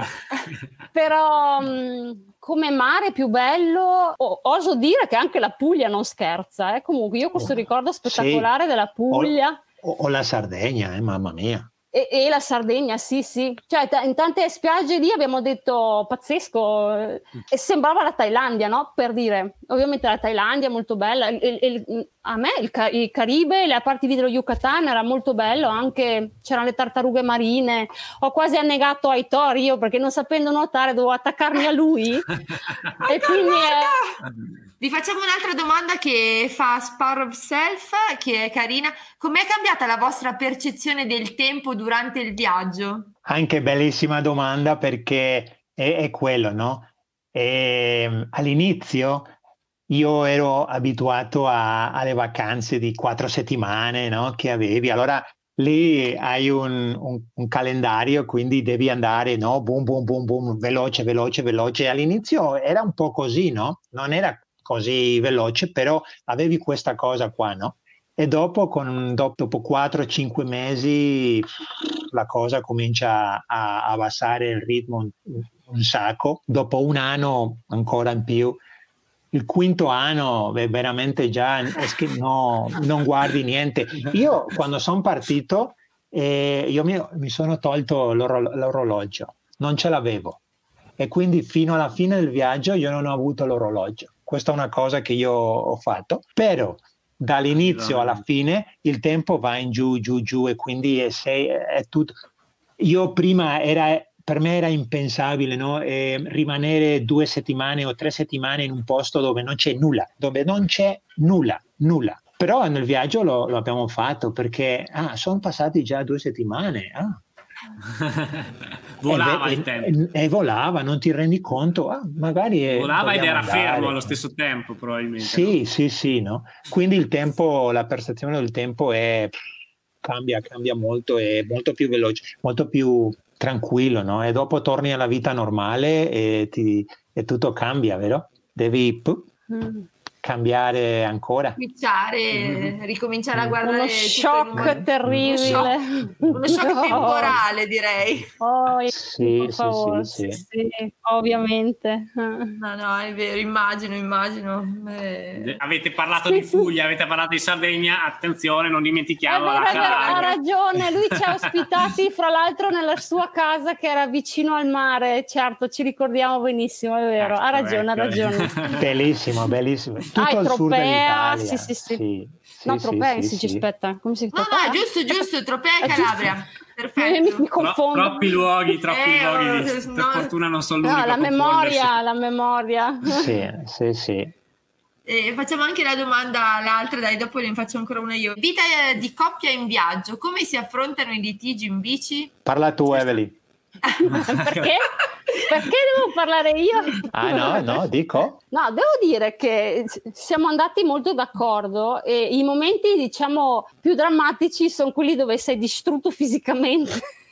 però come mare più bello, oso dire che anche la Puglia non scherza, comunque io ho questo ricordo spettacolare della Puglia. O la Sardegna, mamma mia. E la Sardegna, sì, cioè in tante spiagge lì abbiamo detto pazzesco, e sembrava la Thailandia, no? Per dire, ovviamente la Thailandia è molto bella, a me il Caribe, le parti lì dello Yucatan era molto bello, anche c'erano le tartarughe marine, ho quasi annegato Aitor io perché non sapendo nuotare dovevo attaccarmi a lui e quindi Vi facciamo un'altra domanda che fa Spar of Self, che è carina. Com'è cambiata la vostra percezione del tempo durante il viaggio? Anche bellissima domanda, perché è quello, no? All'inizio io ero abituato alle vacanze di 4 settimane, no? Che avevi. Allora lì hai un calendario, quindi devi andare, no? Boom, boom, boom, boom, veloce. All'inizio era un po' così, no? Non era così veloce, però avevi questa cosa qua, no? E dopo 4-5 mesi la cosa comincia a abbassare il ritmo un sacco. Dopo un anno ancora in più. Il quinto anno veramente già non guardi niente. Io quando sono partito io mi sono tolto l'orologio, non ce l'avevo, e quindi fino alla fine del viaggio io non ho avuto l'orologio. Questa è una cosa che io ho fatto, però dall'inizio alla fine il tempo va in giù, e quindi è tutto. Io prima per me era impensabile, no? Rimanere 2 settimane o 3 settimane in un posto dove non c'è nulla. Però nel viaggio lo abbiamo fatto perché sono passati già 2 settimane. Volava il tempo. E volava, non ti rendi conto. Magari volava ed era fermo allo stesso tempo, probabilmente. Sì, no? Quindi il tempo, la percezione del tempo cambia molto, è molto più veloce, molto più tranquillo, no? E dopo torni alla vita normale e tutto cambia, vero? Devi cambiare ancora, ricominciare a guardare uno shock terribile, uno shock temporale, direi. Sì, ovviamente. No, è vero, immagino. Avete parlato di Puglia, avete parlato di Sardegna, attenzione, non dimentichiamo ha ragione, lui ci ha ospitati fra l'altro nella sua casa che era vicino al mare, certo, ci ricordiamo benissimo, è vero, ha ragione. Bellissimo, tutto il sud dell'Italia. Sì. No, Tropea, sì, aspetta, come si chiama? No, giusto, Tropea e Calabria. Perfetto. Mi confondo. Troppi luoghi, per fortuna non sono l'unico. No, la memoria. Sì. Facciamo anche la domanda l'altra, dai, dopo ne faccio ancora una io. Vita di coppia in viaggio, come si affrontano i litigi in bici? Parla tu, Evelyn. Perché? Perché devo parlare io? No, dico. No, devo dire che siamo andati molto d'accordo e i momenti, diciamo, più drammatici sono quelli dove sei distrutto fisicamente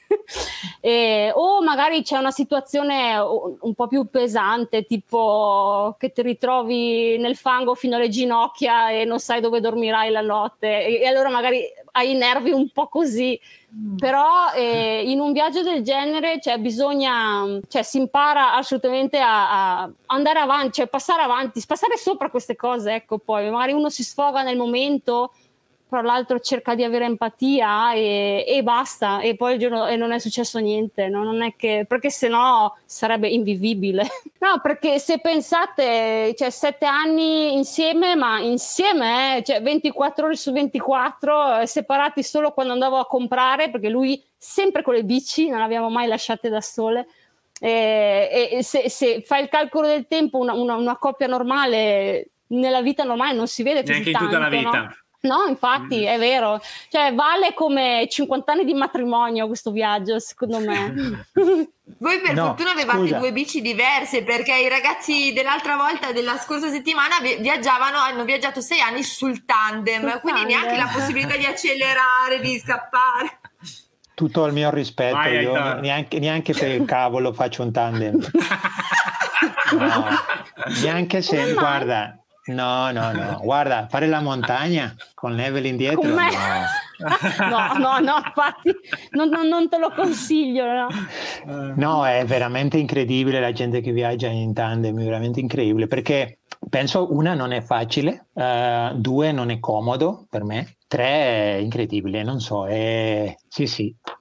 o magari c'è una situazione un po' più pesante, tipo che ti ritrovi nel fango fino alle ginocchia e non sai dove dormirai la notte e allora magari hai i nervi un po' così. Però in un viaggio del genere si impara assolutamente a andare avanti, cioè passare sopra queste cose, ecco. Poi magari uno si sfoga nel momento, però l'altro cerca di avere empatia e basta, e poi il giorno non è successo niente, no? Non è che, perché sennò sarebbe invivibile. No, perché se pensate, 7 anni insieme, cioè 24 ore su 24, separati solo quando andavo a comprare, perché lui sempre con le bici, non l'abbiamo mai lasciate da sole. E se fai il calcolo del tempo, una coppia normale nella vita normale non si vede così neanche tanto, in tutta la vita, no? No, infatti, è vero. Cioè, vale come 50 anni di matrimonio questo viaggio, secondo me. Voi per fortuna avevate 2 bici diverse, perché i ragazzi dell'altra volta, della scorsa settimana, hanno viaggiato 6 anni sul tandem, quindi neanche la possibilità di accelerare, di scappare. Tutto il mio rispetto, io neanche per il cavolo faccio un tandem. No, neanche se, guarda... No, guarda, fare la montagna con Evelyn dietro, no, infatti non te lo consiglio, no. No, è veramente incredibile la gente che viaggia in tandem, è veramente incredibile, perché penso 1 non è facile, 2 non è comodo per me, 3 è incredibile, non so, sì.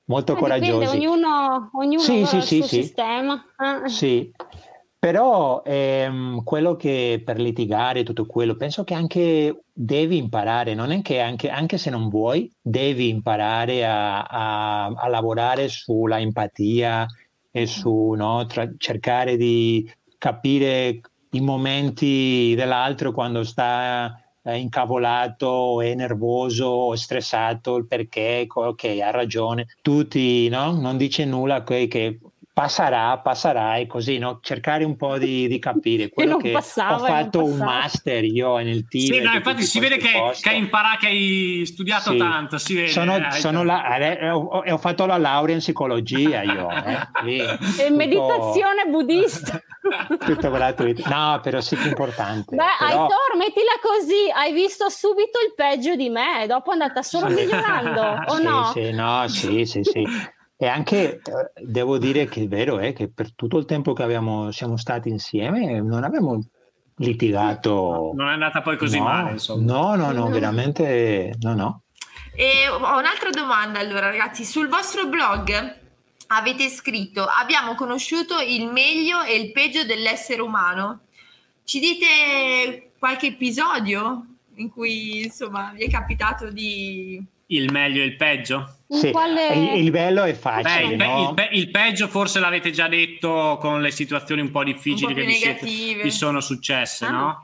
molto coraggiosi. Dipende, ognuno Sì, ha sì, il sì, suo sì. sistema. Sì, però quello che per litigare tutto quello, penso che anche devi imparare, non è che anche se non vuoi, devi imparare a lavorare sulla empatia e su, no, cercare di capire i momenti dell'altro quando sta incavolato, o è nervoso o stressato, il perché, ok, ha ragione, tutti, no? Non dice nulla, che passerà e così, no? Cercare un po' di capire quello non che passava, ho e non fatto un passava. master io nel Sì, team no, di infatti si vede questi che posti. hai imparato, che hai studiato Sì. tanto, si vede. Ho fatto la laurea in psicologia io, lì, E meditazione buddista. tutto gratuito. No, però sì che è importante. Beh, però... Aitor, mettila così, hai visto subito il peggio di me, dopo è andata solo Sì. migliorando, o Sì, no? sì, no, sì. E anche devo dire che è vero, che per tutto il tempo che siamo stati insieme non abbiamo litigato. Non è andata poi così male, insomma. No, veramente no. E ho un'altra domanda allora, ragazzi. Sul vostro blog avete scritto: abbiamo conosciuto il meglio e il peggio dell'essere umano. Ci dite qualche episodio in cui insomma vi è capitato di... Il meglio e il peggio? Sì, il livello è facile, no? Il peggio forse l'avete già detto con le situazioni un po' difficili un po' che negative. vi sono successe, no?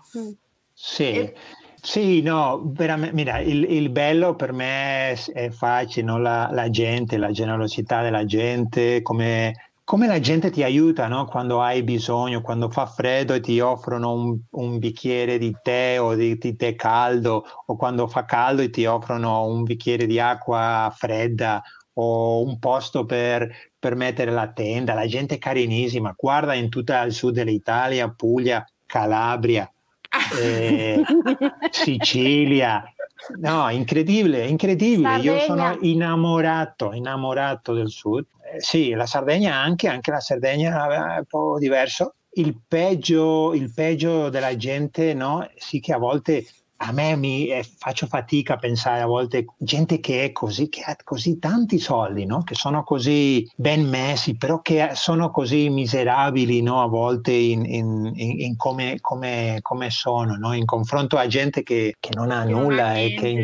Sì, no, veramente, mira, il bello per me è facile, no? La gente, la generosità della gente, come la gente ti aiuta, no? Quando hai bisogno, quando fa freddo e ti offrono un bicchiere di tè o di tè caldo, o quando fa caldo e ti offrono un bicchiere di acqua fredda o un posto per mettere la tenda. La gente è carinissima, guarda in tutta il sud dell'Italia, Puglia, Calabria, Sicilia. No, incredibile. Sardegna. Io sono innamorato del sud. Sì, la Sardegna anche la Sardegna è un po' diverso. Il peggio della gente, no? Sì, che a volte a me faccio fatica a pensare a volte gente che è così, che ha così tanti soldi, no? Che sono così ben messi, però che sono così miserabili, no? A volte in come sono, no? In confronto a gente che non ha nulla e che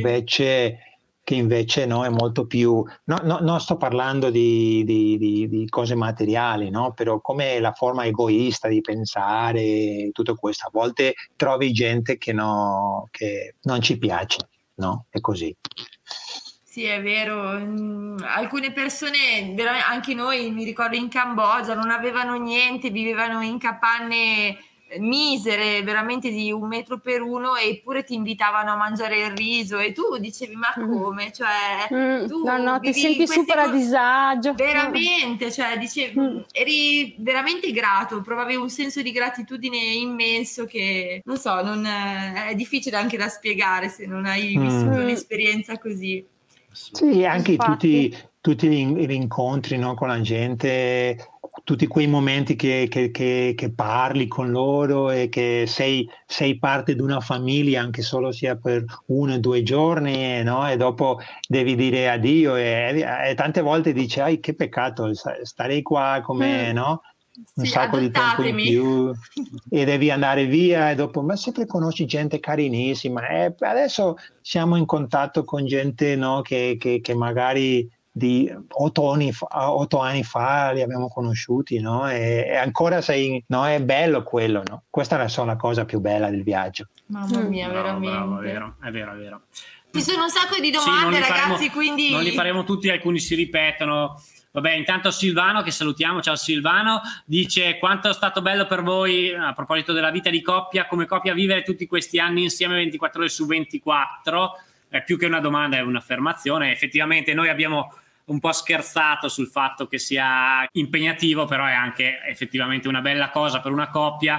invece no, è molto più, non sto parlando di cose materiali, no? Però come la forma egoista di pensare, tutto questo, a volte trovi gente che non ci piace, no? È così. Sì, è vero. Alcune persone, anche noi, mi ricordo in Cambogia, non avevano niente, vivevano in capanne misere, veramente di 1 metro per 1, eppure ti invitavano a mangiare il riso e tu dicevi: ma come? Cioè, tu ti senti super a disagio. Veramente, cioè, dicevi, eri veramente grato, provavi un senso di gratitudine immenso che, non so, è difficile anche da spiegare se non hai vissuto un'esperienza così. Sì, anche tutti gli incontri, no, con la gente, tutti quei momenti che parli con loro e che sei parte di una famiglia, anche solo sia per 1 o 2 giorni, no? E dopo devi dire addio e tante volte dici: ai, che peccato, starei qua come, no? Un sacco di tempo in più e devi andare via e dopo, ma sempre conosci gente carinissima e adesso siamo in contatto con gente, no, che magari di 8 anni fa li abbiamo conosciuti, no? E ancora no? È bello quello, no? Questa è la cosa più bella del viaggio. Mamma mia, veramente. Bravo, è vero. Ci sono un sacco di domande, ragazzi, quindi... Non li faremo tutti, alcuni si ripetono. Vabbè, intanto Silvano, che salutiamo, ciao Silvano, dice: quanto è stato bello per voi, a proposito della vita di coppia, come coppia vivere tutti questi anni insieme 24 ore su 24, più che una domanda è un'affermazione. Effettivamente noi abbiamo un po' scherzato sul fatto che sia impegnativo, però è anche effettivamente una bella cosa per una coppia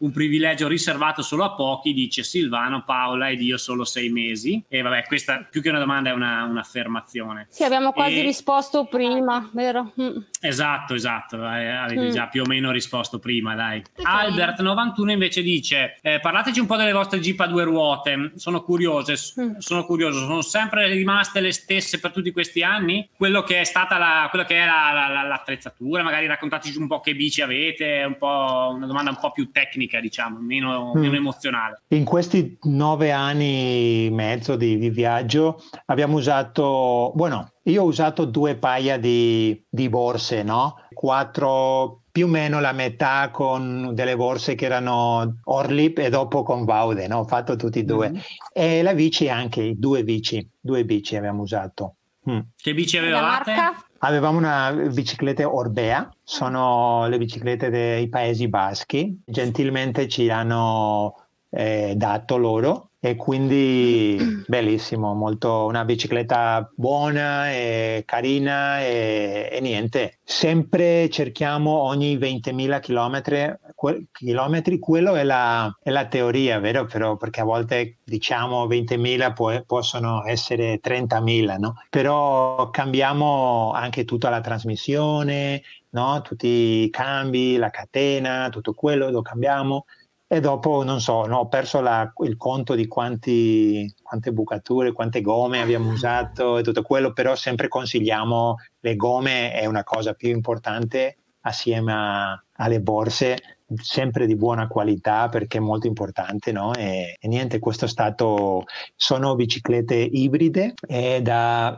un privilegio riservato solo a pochi, dice Silvano, Paola ed io solo 6 mesi. E vabbè, questa più che una domanda è un'affermazione. Sì, abbiamo quasi risposto prima, vero? Esatto, avete già più o meno risposto prima, dai. Albert91 invece dice parlateci un po' delle vostre Jeep a 2 ruote, sono curioso, sono sempre rimaste le stesse per tutti questi anni? Quello che è stata l'attrezzatura, magari raccontateci un po' che bici avete, un po' una domanda un po' più tecnica, diciamo, meno emozionale. In questi 9 anni e mezzo di viaggio abbiamo usato, io ho usato 2 paia di borse, no? 4, più o meno la metà con delle borse che erano Orlip e dopo con Vaude, no? Ho fatto tutti e 2. E la bici anche, 2 bici abbiamo usato. Che bici avevate? Avevamo una bicicletta Orbea, sono le biciclette dei Paesi Baschi, gentilmente ci hanno dato loro e quindi bellissimo, molto una bicicletta buona e carina e niente. Sempre cerchiamo ogni 20.000 chilometri, quello è la teoria, vero? Però perché a volte diciamo 20.000 possono essere 30.000, no? Però cambiamo anche tutta la trasmissione, no? Tutti i cambi, la catena, tutto quello lo cambiamo. E dopo non so, ho perso il conto di quante bucature, quante gomme abbiamo usato e tutto quello, però sempre consigliamo le gomme, è una cosa più importante assieme alle borse, sempre di buona qualità perché è molto importante, no? E niente, sono biciclette ibride e da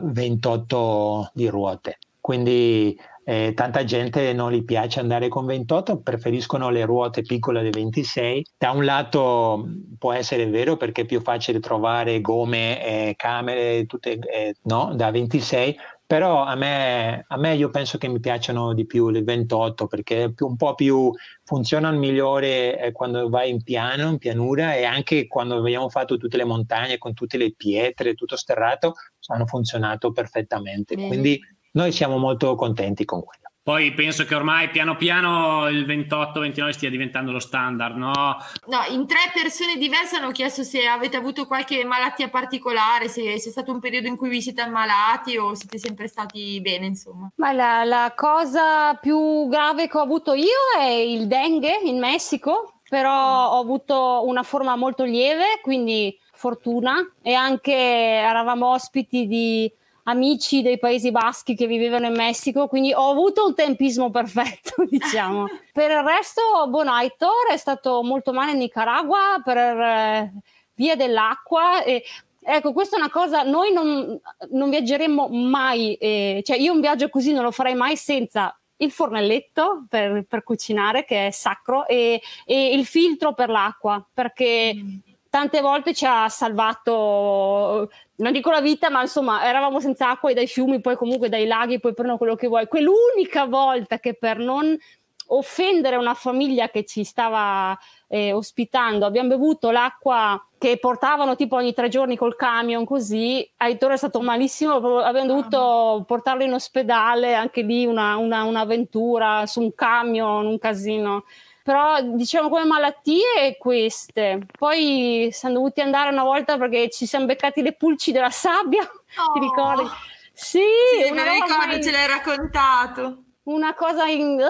28 di ruote, quindi tanta gente non gli piace andare con 28, preferiscono le ruote piccole di 26. Da un lato può essere vero perché è più facile trovare gomme e camere tutte da 26, però a me io penso che mi piacciono di più le 28 perché un po' più funzionano migliore quando vai in pianura, e anche quando abbiamo fatto tutte le montagne con tutte le pietre, tutto sterrato, hanno funzionato perfettamente. Quindi noi siamo molto contenti con quello. Poi penso che ormai piano piano il 28-29 stia diventando lo standard, no? No, in 3 persone diverse hanno chiesto se avete avuto qualche malattia particolare, se c'è stato un periodo in cui vi siete ammalati o siete sempre stati bene, insomma. Ma la cosa più grave che ho avuto io è il dengue in Messico, però ho avuto una forma molto lieve, quindi fortuna, e anche eravamo ospiti di amici dei Paesi Baschi che vivevano in Messico, quindi ho avuto un tempismo perfetto, diciamo. Per il resto, Aitor è stato molto male in Nicaragua per via dell'acqua. Ecco, questa è una cosa, noi non viaggeremmo mai, cioè io un viaggio così non lo farei mai senza il fornelletto per cucinare, che è sacro, e il filtro per l'acqua, perché tante volte ci ha salvato, non dico la vita, ma insomma eravamo senza acqua e dai fiumi, poi comunque dai laghi, puoi prendere quello che vuoi. Quell'unica volta che, per non offendere una famiglia che ci stava ospitando, abbiamo bevuto l'acqua che portavano tipo ogni 3 giorni col camion, così Aitor è stato malissimo, abbiamo dovuto portarlo in ospedale, anche lì un'avventura su un camion, un casino. Però diciamo come malattie queste. Poi siamo dovuti andare una volta perché ci siamo beccati le pulci della sabbia. Ti ricordi? Sì, me lo ricordo, ce l'hai raccontato. Una cosa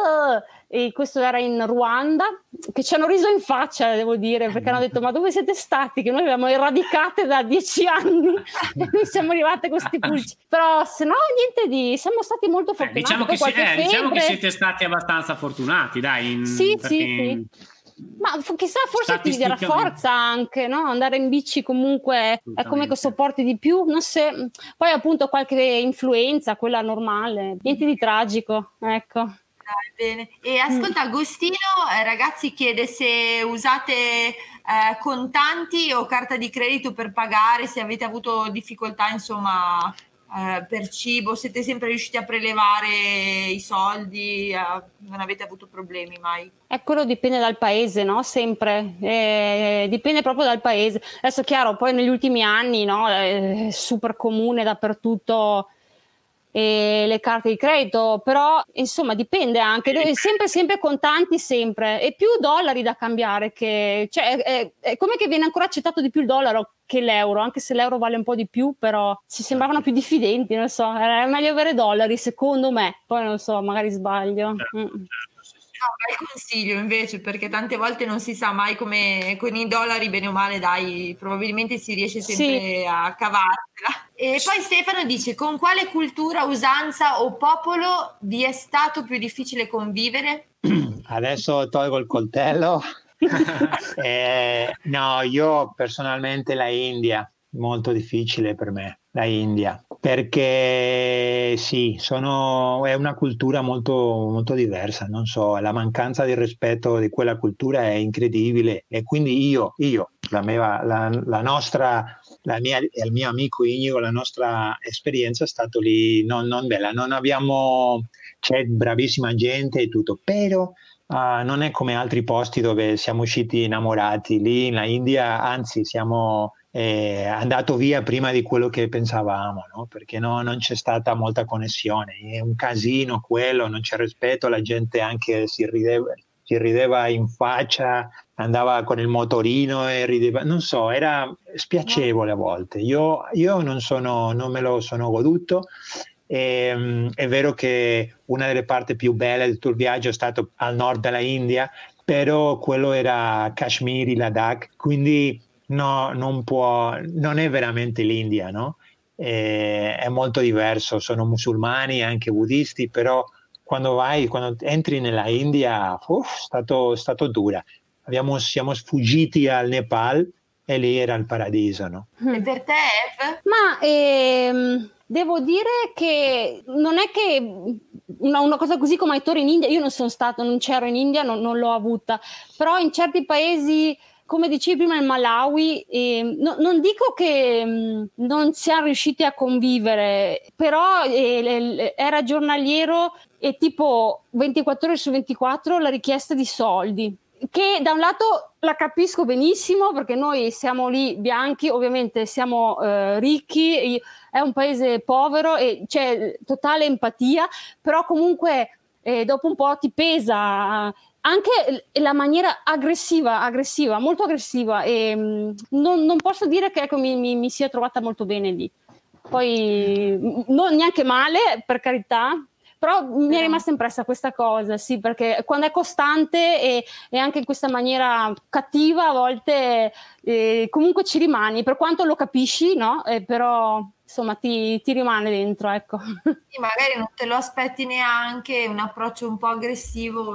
e questo era in Ruanda, che ci hanno riso in faccia, devo dire, perché hanno detto: ma dove siete stati? Che noi abbiamo eradicate da 10 anni e noi siamo arrivate con questi pulci. Però se no niente siamo stati molto fortunati. Diciamo che siete stati abbastanza fortunati, dai. Sì. Ma chissà, forse ti rafforza anche, no? Andare in bici comunque è come che sopporti di più, non so. Poi appunto qualche influenza, quella normale, niente di tragico, ecco. Bene. E ascolta, Agostino, ragazzi, chiede se usate contanti o carta di credito per pagare, se avete avuto difficoltà, insomma, per cibo, siete sempre riusciti a prelevare i soldi, non avete avuto problemi mai? Quello dipende dal paese, no? Sempre, dipende proprio dal paese. Adesso chiaro, poi negli ultimi anni, no? È super comune dappertutto e le carte di credito, però insomma dipende anche, sempre contanti sempre, e più dollari da cambiare, che cioè è come che viene ancora accettato di più il dollaro che l'euro, anche se l'euro vale un po' di più, però ci sembravano più diffidenti, non so, era meglio avere dollari secondo me, poi non so, magari sbaglio. No, bel consiglio invece, perché tante volte non si sa mai come con i dollari, bene o male, dai, probabilmente si riesce sempre a cavarsela. E poi Stefano dice: con quale cultura, usanza o popolo vi è stato più difficile convivere? Adesso tolgo il coltello. No, io personalmente la India, molto difficile per me, la India, perché sì, è una cultura molto, molto diversa, non so, la mancanza di rispetto di quella cultura è incredibile, e quindi il mio amico Inigo, la nostra esperienza è stata lì non bella, c'è bravissima gente e tutto, però non è come altri posti dove siamo usciti innamorati. Lì in India, anzi, siamo andato via prima di quello che pensavamo, no? Perché non c'è stata molta connessione, è un casino quello, non c'è rispetto, la gente anche si rideva in faccia, andava con il motorino e rideva, non so, era spiacevole a volte. Io non me lo sono goduto. È vero che una delle parti più belle di tutto il viaggio è stato al nord della India, però quello era Kashmir, Ladakh, quindi non è veramente l'India, no? È molto diverso, sono musulmani, anche buddisti, però quando entri nella India, è stato dura. Siamo sfuggiti al Nepal e lì era il paradiso, no? E per te, Eve? Ma devo dire che non è che una cosa così come Aitor in India, io non c'ero in India, non l'ho avuta, però in certi paesi, come dicevi prima, il Malawi, non dico che non siamo riusciti a convivere, però era giornaliero e tipo 24 ore su 24 la richiesta di soldi, che da un lato la capisco benissimo, perché noi siamo lì bianchi, ovviamente siamo ricchi, è un paese povero e c'è totale empatia, però comunque dopo un po' ti pesa anche la maniera aggressiva, molto aggressiva, e non posso dire che mi sia trovata molto bene lì. Poi non neanche male, per carità, però mi è rimasta impressa questa cosa, sì, perché quando è costante e anche in questa maniera cattiva a volte comunque ci rimani, per quanto lo capisci, no? Però insomma ti rimane dentro, ecco. Sì, magari non te lo aspetti neanche, un approccio un po' aggressivo,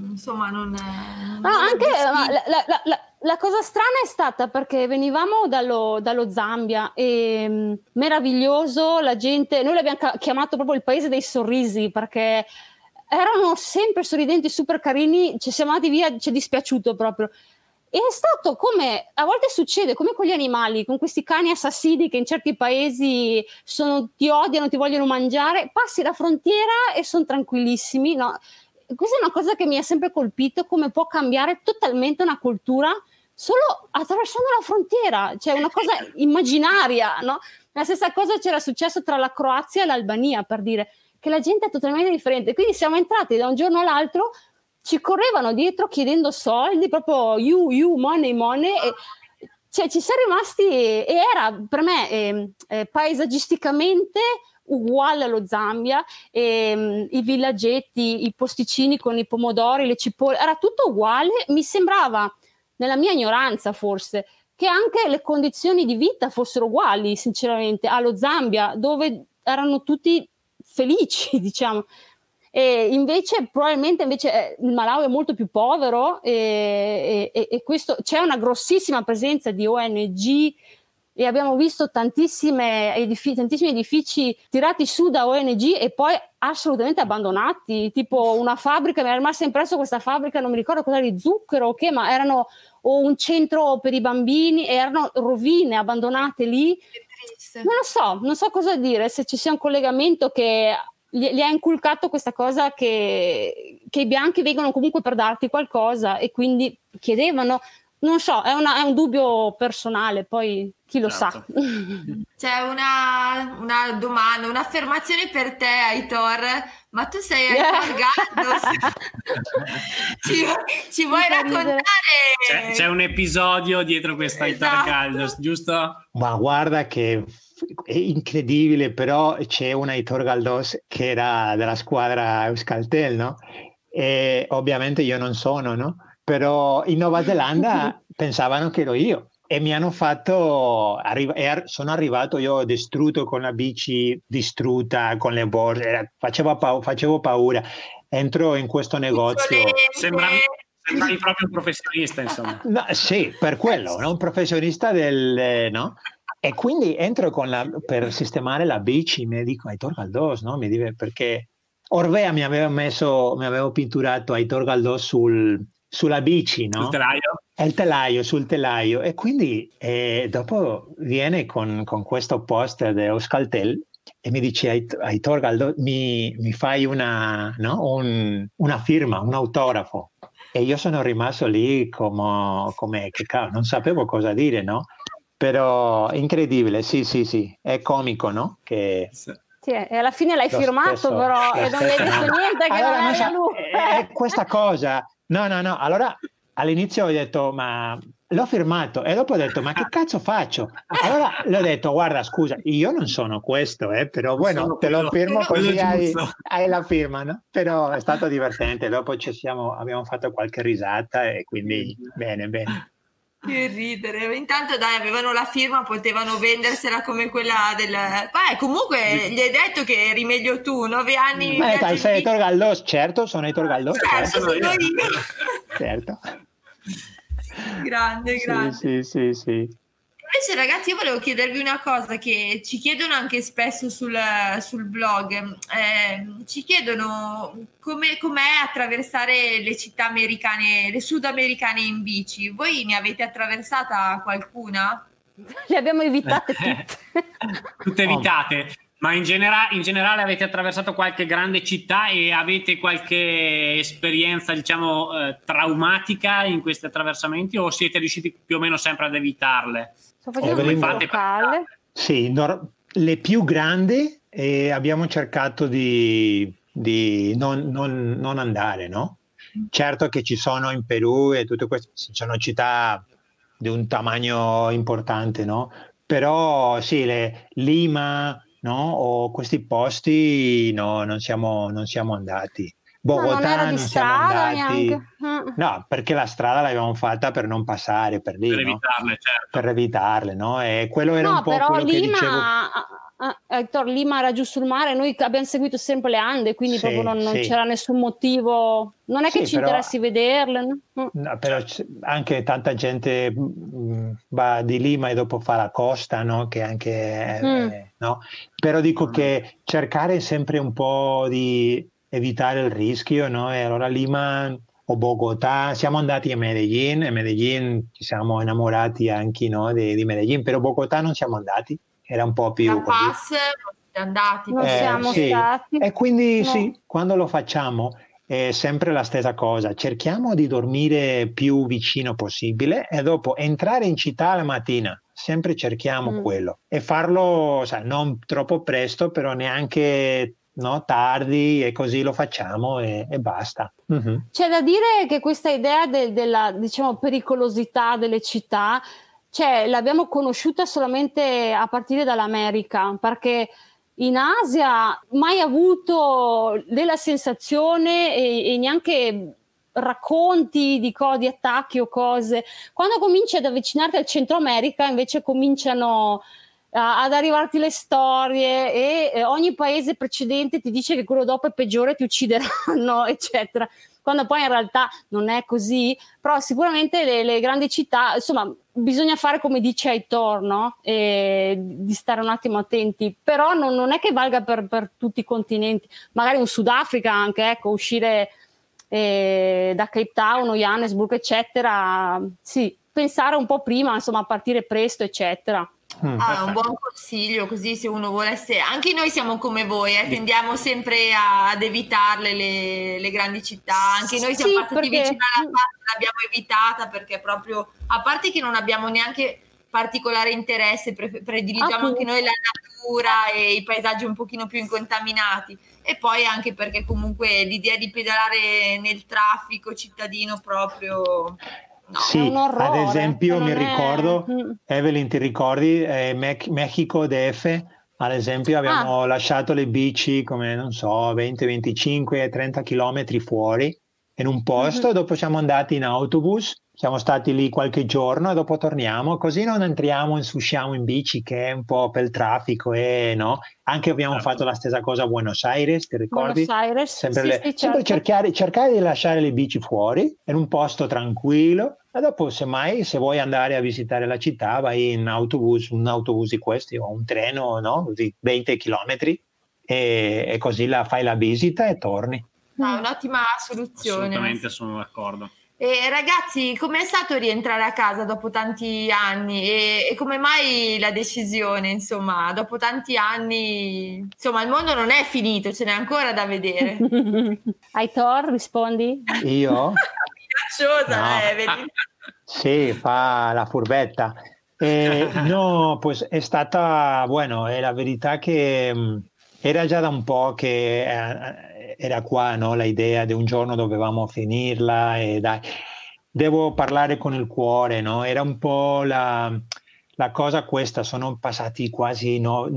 la cosa strana è stata perché venivamo dallo Zambia e meraviglioso, la gente, noi l'abbiamo chiamato proprio il paese dei sorrisi, perché erano sempre sorridenti, super carini, ci siamo andati via, ci è dispiaciuto proprio. E è stato come a volte succede, come con gli animali, con questi cani assassini che in certi paesi ti odiano, ti vogliono mangiare, passi la frontiera e sono tranquillissimi, no? Questa è una cosa che mi ha sempre colpito, come può cambiare totalmente una cultura solo attraversando la frontiera, cioè una cosa immaginaria, no? La stessa cosa c'era successo tra la Croazia e l'Albania, per dire, che la gente è totalmente differente. Quindi siamo entrati da un giorno all'altro, ci correvano dietro chiedendo soldi, proprio you, money, e, cioè ci siamo rimasti, e era per me paesaggisticamente uguale allo Zambia, i villaggetti, i posticini con i pomodori, le cipolle, era tutto uguale. Mi sembrava, nella mia ignoranza forse, che anche le condizioni di vita fossero uguali, sinceramente, allo Zambia, dove erano tutti felici, diciamo. E invece probabilmente il Malawi è molto più povero e questo, c'è una grossissima presenza di ONG e abbiamo visto tantissimi edifici tirati su da ONG e poi assolutamente abbandonati, tipo una fabbrica, mi era rimasta impresso questa fabbrica, non mi ricordo cosa, di zucchero o che, ma erano un centro per i bambini e erano rovine abbandonate lì. Non so cosa dire, se ci sia un collegamento che gli ha inculcato questa cosa che i bianchi vengono comunque per darti qualcosa e quindi chiedevano non so, è un dubbio personale, poi chi lo sa. C'è una domanda, un'affermazione per te, Aitor, ma tu sei Aitor Galdos? ci vuoi raccontare? C'è un episodio dietro questa Aitor Galdos, giusto? Ma guarda che è incredibile, però c'è un Aitor Galdos che era della squadra Euskaltel, no? E ovviamente io non sono, no? Però in Nuova Zelanda pensavano che ero io e mi hanno fatto sono arrivato io distrutto, con la bici distrutta, con le borse, facevo paura. Entro in questo negozio, sembravi proprio un professionista, insomma. No, sì, per quello, no? Un professionista no? E quindi entro per sistemare la bici, mi dico Aitor Galdos, no? Perché Orvea mi avevo pinturato Aitor Galdos sulla bici, no? Sul telaio. E quindi dopo viene con questo poster di Euskaltel e mi dice Aitor Galdos, mi fai una firma, un autografo. E io sono rimasto lì come che cavolo, non sapevo cosa dire, no? Però incredibile, sì, è comico, no? Che... Sì, e alla fine l'hai firmato, però, e non hai detto niente che allora, non era lui. Questa cosa, no, allora all'inizio ho detto, ma l'ho firmato, e dopo ho detto, ma che cazzo faccio? Allora le ho detto, guarda, scusa, io non sono questo, però bueno, te lo firmo così hai la firma, no? Però è stato divertente, dopo abbiamo fatto qualche risata e quindi bene. Che ridere, intanto dai, avevano la firma, potevano vendersela come quella comunque gli hai detto che eri meglio tu, 9 anni. Sei Aitor Galdos, certo, sono Aitor Galdos. Certo, sono io. Certo. Grande. Sì. Invece ragazzi, io volevo chiedervi una cosa che ci chiedono anche spesso sul blog, ci chiedono com'è attraversare le città americane, le sudamericane in bici. Voi ne avete attraversata qualcuna? Le abbiamo evitate tutte. Tutte evitate. Ma in generale avete attraversato qualche grande città e avete qualche esperienza, diciamo, traumatica in questi attraversamenti, o siete riusciti più o meno sempre ad evitarle? Sì, le più grandi abbiamo cercato di non andare, no? Certo che ci sono in Perù e tutte queste, ci sono città di un tamaño importante, no? Però sì, Lima, no? O questi posti non siamo andati. Bogotà non siamo andati. No, perché la strada l'avevamo fatta per non passare per lì, per evitarle, certo. Per evitarle, no? E quello era un po' quello che dicevo. Aitor, Lima era giù sul mare, noi abbiamo seguito sempre le Ande, quindi proprio non c'era nessun motivo, non è che ci interessi vederle, no? No, però anche tanta gente va di Lima e dopo fa la costa, no? Che anche no? Però dico che cercare sempre un po' di evitare il rischio, no? E allora Lima o Bogotà, siamo andati a Medellin, e Medellin ci siamo innamorati anche, no? di Medellin, però Bogotà non siamo andati, era un po' più La Paz non siete andati, non siamo stati. E quindi sì, quando lo facciamo è sempre la stessa cosa, cerchiamo di dormire più vicino possibile e dopo entrare in città la mattina, sempre cerchiamo quello e farlo, non troppo presto, però neanche tardi, e così lo facciamo e basta. C'è da dire che questa idea della, diciamo, pericolosità delle città, l'abbiamo conosciuta solamente a partire dall'America, perché in Asia mai avuto della sensazione e neanche racconti di attacchi o cose. Quando cominci ad avvicinarti al Centro America invece cominciano ad arrivarti le storie e ogni paese precedente ti dice che quello dopo è peggiore, ti uccideranno, eccetera, quando poi in realtà non è così. Però sicuramente le grandi città, insomma, bisogna fare come dice Aitor, no? E di stare un attimo attenti, però non è che valga per tutti i continenti, magari un Sudafrica anche, ecco, uscire da Cape Town o Johannesburg eccetera, sì, pensare un po' prima, insomma, a partire presto eccetera. Un buon consiglio, così se uno volesse, anche noi siamo come voi, tendiamo sempre ad evitarle le grandi città, anche noi siamo passati vicino alla parte, l'abbiamo evitata perché proprio, a parte che non abbiamo neanche particolare interesse, prediligiamo anche noi la natura e i paesaggi un pochino più incontaminati, e poi anche perché comunque l'idea di pedalare nel traffico cittadino proprio... No. Sì, ad esempio mi ricordo, Evelyn, ti ricordi Mexico DF? Ad esempio abbiamo lasciato le bici come, non so, 20, 25, 30 chilometri fuori in un posto, e dopo siamo andati in autobus, siamo stati lì qualche giorno e dopo torniamo, così non entriamo e usciamo in bici, che è un po' per il traffico, e no? Anche abbiamo fatto la stessa cosa a Buenos Aires, ti ricordi? Buenos Aires, sempre certo. cercare di lasciare le bici fuori in un posto tranquillo, e dopo semmai se vuoi andare a visitare la città vai in autobus, un autobus di questi o un treno, no? Di 20 chilometri, e così fai la visita e torni. Un'ottima soluzione. Assolutamente, sono d'accordo. E ragazzi, com'è stato rientrare a casa dopo tanti anni e come mai la decisione, insomma, dopo tanti anni, insomma, il mondo non è finito, ce n'è ancora da vedere. Aitor, rispondi? Io? Minacciosa, vedi? Sì, fa la furbetta. No, pues è stata, bueno, è la verità che era già da un po' che era qua, no, la idea di un giorno dovevamo finirla, e dai, devo parlare con il cuore, no? Era un po' la cosa questa, sono passati quasi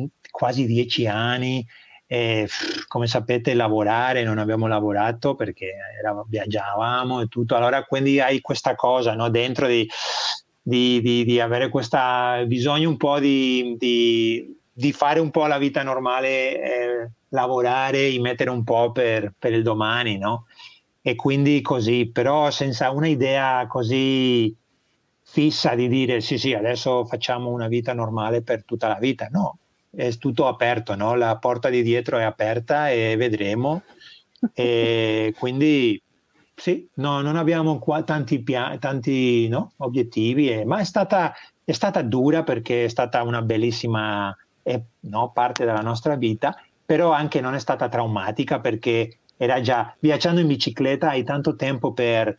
10 anni, e come sapete lavorare, non abbiamo lavorato perché viaggiavamo e tutto, allora quindi hai questa cosa, no, dentro di avere questa bisogno un po' di fare un po' la vita normale, lavorare e mettere un po' per il domani, no? E quindi così, però senza una idea così fissa di dire sì, adesso facciamo una vita normale per tutta la vita, no? È tutto aperto, no? La porta di dietro è aperta e vedremo, e quindi sì, no, non abbiamo qua tanti no, obiettivi, ma è stata dura perché è stata una bellissima parte della nostra vita, però anche non è stata traumatica perché era già viaggiando in bicicletta, hai tanto tempo per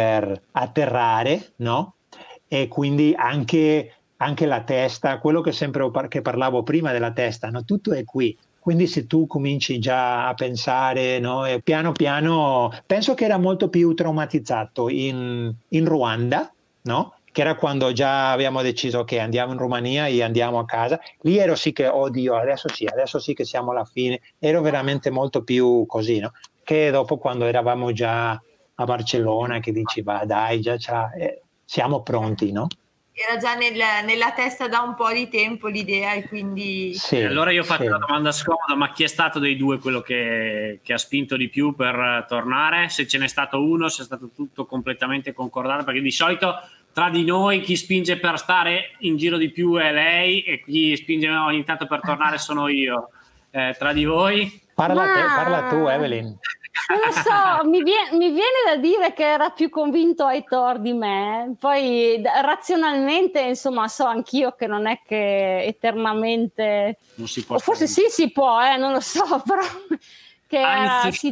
atterrare, no? E quindi anche la testa, quello che che parlavo prima della testa, no? Tutto è qui. Quindi se tu cominci già a pensare, no? E piano piano, penso che era molto più traumatizzato in Ruanda, no? Che era quando già abbiamo deciso che andiamo in Romania e andiamo a casa. Lì ero sì che, oddio, adesso sì che siamo alla fine. Ero veramente molto più così, no? Che dopo quando eravamo già a Barcellona, che dici, va dai, già siamo pronti, no? Era già nella testa da un po' di tempo l'idea, e quindi... Sì, allora io faccio una domanda scomoda, ma chi è stato dei due quello che ha spinto di più per tornare? Se ce n'è stato uno, se è stato tutto completamente concordato, perché di solito tra di noi chi spinge per stare in giro di più è lei e chi spinge ogni tanto per tornare sono io. Tra di voi? Parla tu, Evelyn. Non so, mi viene da dire che era più convinto Aitor di me, poi razionalmente insomma so anch'io che non è che eternamente, non si può, o forse sì si può, non lo so, però che anzi si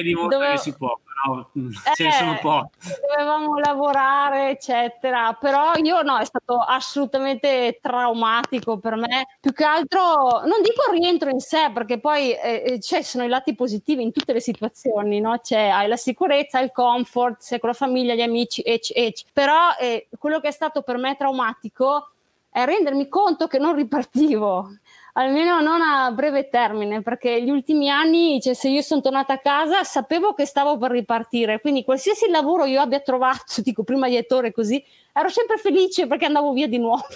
può, però ce ne sono pochi. Dovevamo lavorare eccetera, però io no, è stato assolutamente traumatico per me, più che altro non dico il rientro in sé, perché poi sono i lati positivi in tutte le situazioni, no? Hai la sicurezza, il comfort, sei con la famiglia, gli amici, però quello che è stato per me traumatico è rendermi conto che non ripartivo, almeno non a breve termine, perché gli ultimi anni, se io sono tornata a casa sapevo che stavo per ripartire, quindi qualsiasi lavoro io abbia trovato, dico prima di Ettore così, ero sempre felice perché andavo via di nuovo.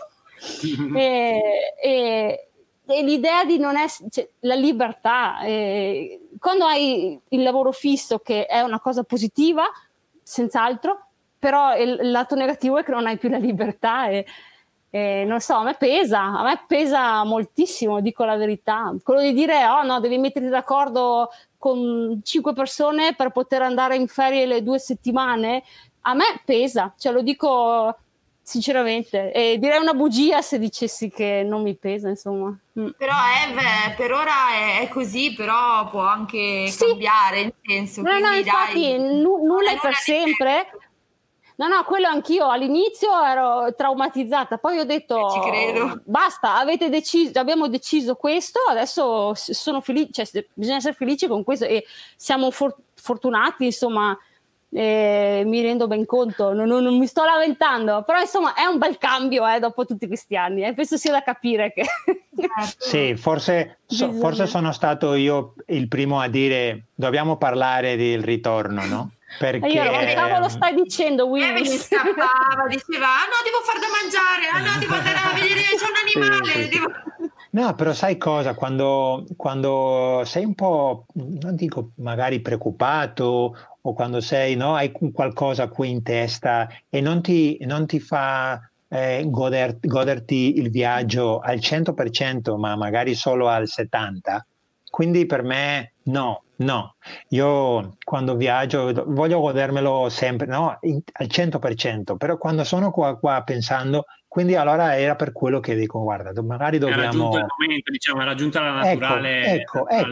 e l'idea di non essere, la libertà, quando hai il lavoro fisso, che è una cosa positiva senz'altro, però il lato negativo è che non hai più la libertà non so, a me pesa moltissimo, dico la verità, quello di dire no, devi metterti d'accordo con 5 persone per poter andare in ferie le 2 settimane, a me pesa, lo dico sinceramente. E direi una bugia se dicessi che non mi pesa, insomma. Però Eve, per ora è così, però può anche cambiare il senso. No, infatti nulla è per sempre. No, quello anch'io all'inizio ero traumatizzata, poi ho detto ci credo. Basta, abbiamo deciso questo, adesso sono felice, cioè bisogna essere felici con questo e siamo fortunati, insomma, mi rendo ben conto, non mi sto lamentando, però insomma è un bel cambio dopo tutti questi anni, penso sia da capire che... Sì, forse sono stato io il primo a dire dobbiamo parlare del ritorno, no? Perché che cavolo stai dicendo, Willy? Scappava, diceva no, devo far da mangiare, no, devo andare a vedere, c'è un animale. Sì. No, però sai cosa? Quando sei un po', non dico magari preoccupato, o quando sei, no, hai qualcosa qui in testa e non ti fa goderti il viaggio al 100%, ma magari solo al 70%. Quindi per me no, io quando viaggio voglio godermelo sempre, no, al 100%, però quando sono qua pensando, quindi allora era per quello che dico, guarda, magari dobbiamo... È raggiunto il momento, diciamo, è raggiunta la naturale...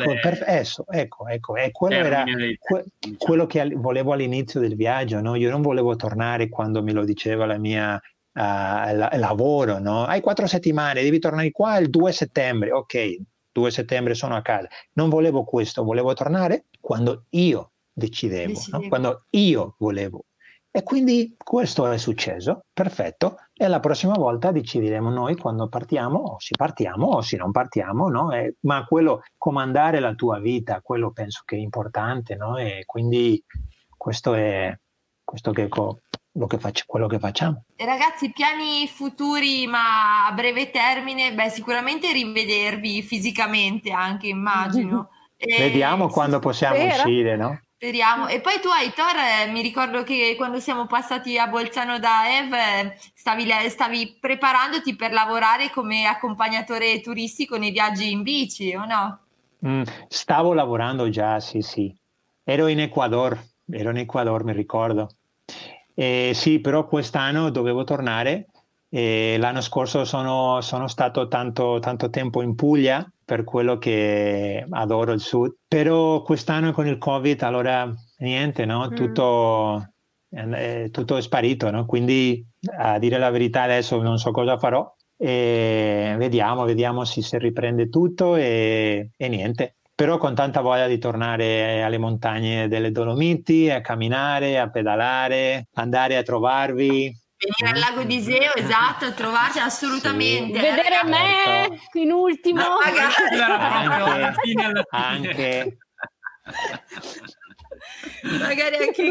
Quello era quello che volevo all'inizio del viaggio, no? Io non volevo tornare quando me lo diceva la mia... lavoro, no? Hai 4 settimane, devi tornare qua il 2 settembre, ok, 2 settembre sono a casa. Non volevo questo, volevo tornare quando io decidevo. No? Quando io volevo. E quindi questo è successo, perfetto, e la prossima volta decideremo noi quando partiamo, o se non partiamo, no? Ma quello, comandare la tua vita, quello penso che è importante, no? E quindi questo è quello che facciamo. E ragazzi, piani futuri ma a breve termine, sicuramente rivedervi fisicamente anche, immagino. Vediamo quando possiamo uscire, no? Speriamo. E poi tu, Aitor, mi ricordo che quando siamo passati a Bolzano da Eve stavi preparandoti per lavorare come accompagnatore turistico nei viaggi in bici, o no? Stavo lavorando già, sì. Ero in Ecuador, mi ricordo. Sì, però quest'anno dovevo tornare. L'anno scorso sono stato tanto tempo in Puglia, per quello che adoro il sud, però quest'anno con il Covid allora niente, no? Tutto è sparito, no? Quindi a dire la verità adesso non so cosa farò e vediamo se si riprende tutto e niente. Però con tanta voglia di tornare alle montagne delle Dolomiti, a camminare, a pedalare, andare a trovarvi. Venire al lago di Iseo, esatto, a trovarci assolutamente. Sì. Vedere me in ultimo. Anche. Magari anche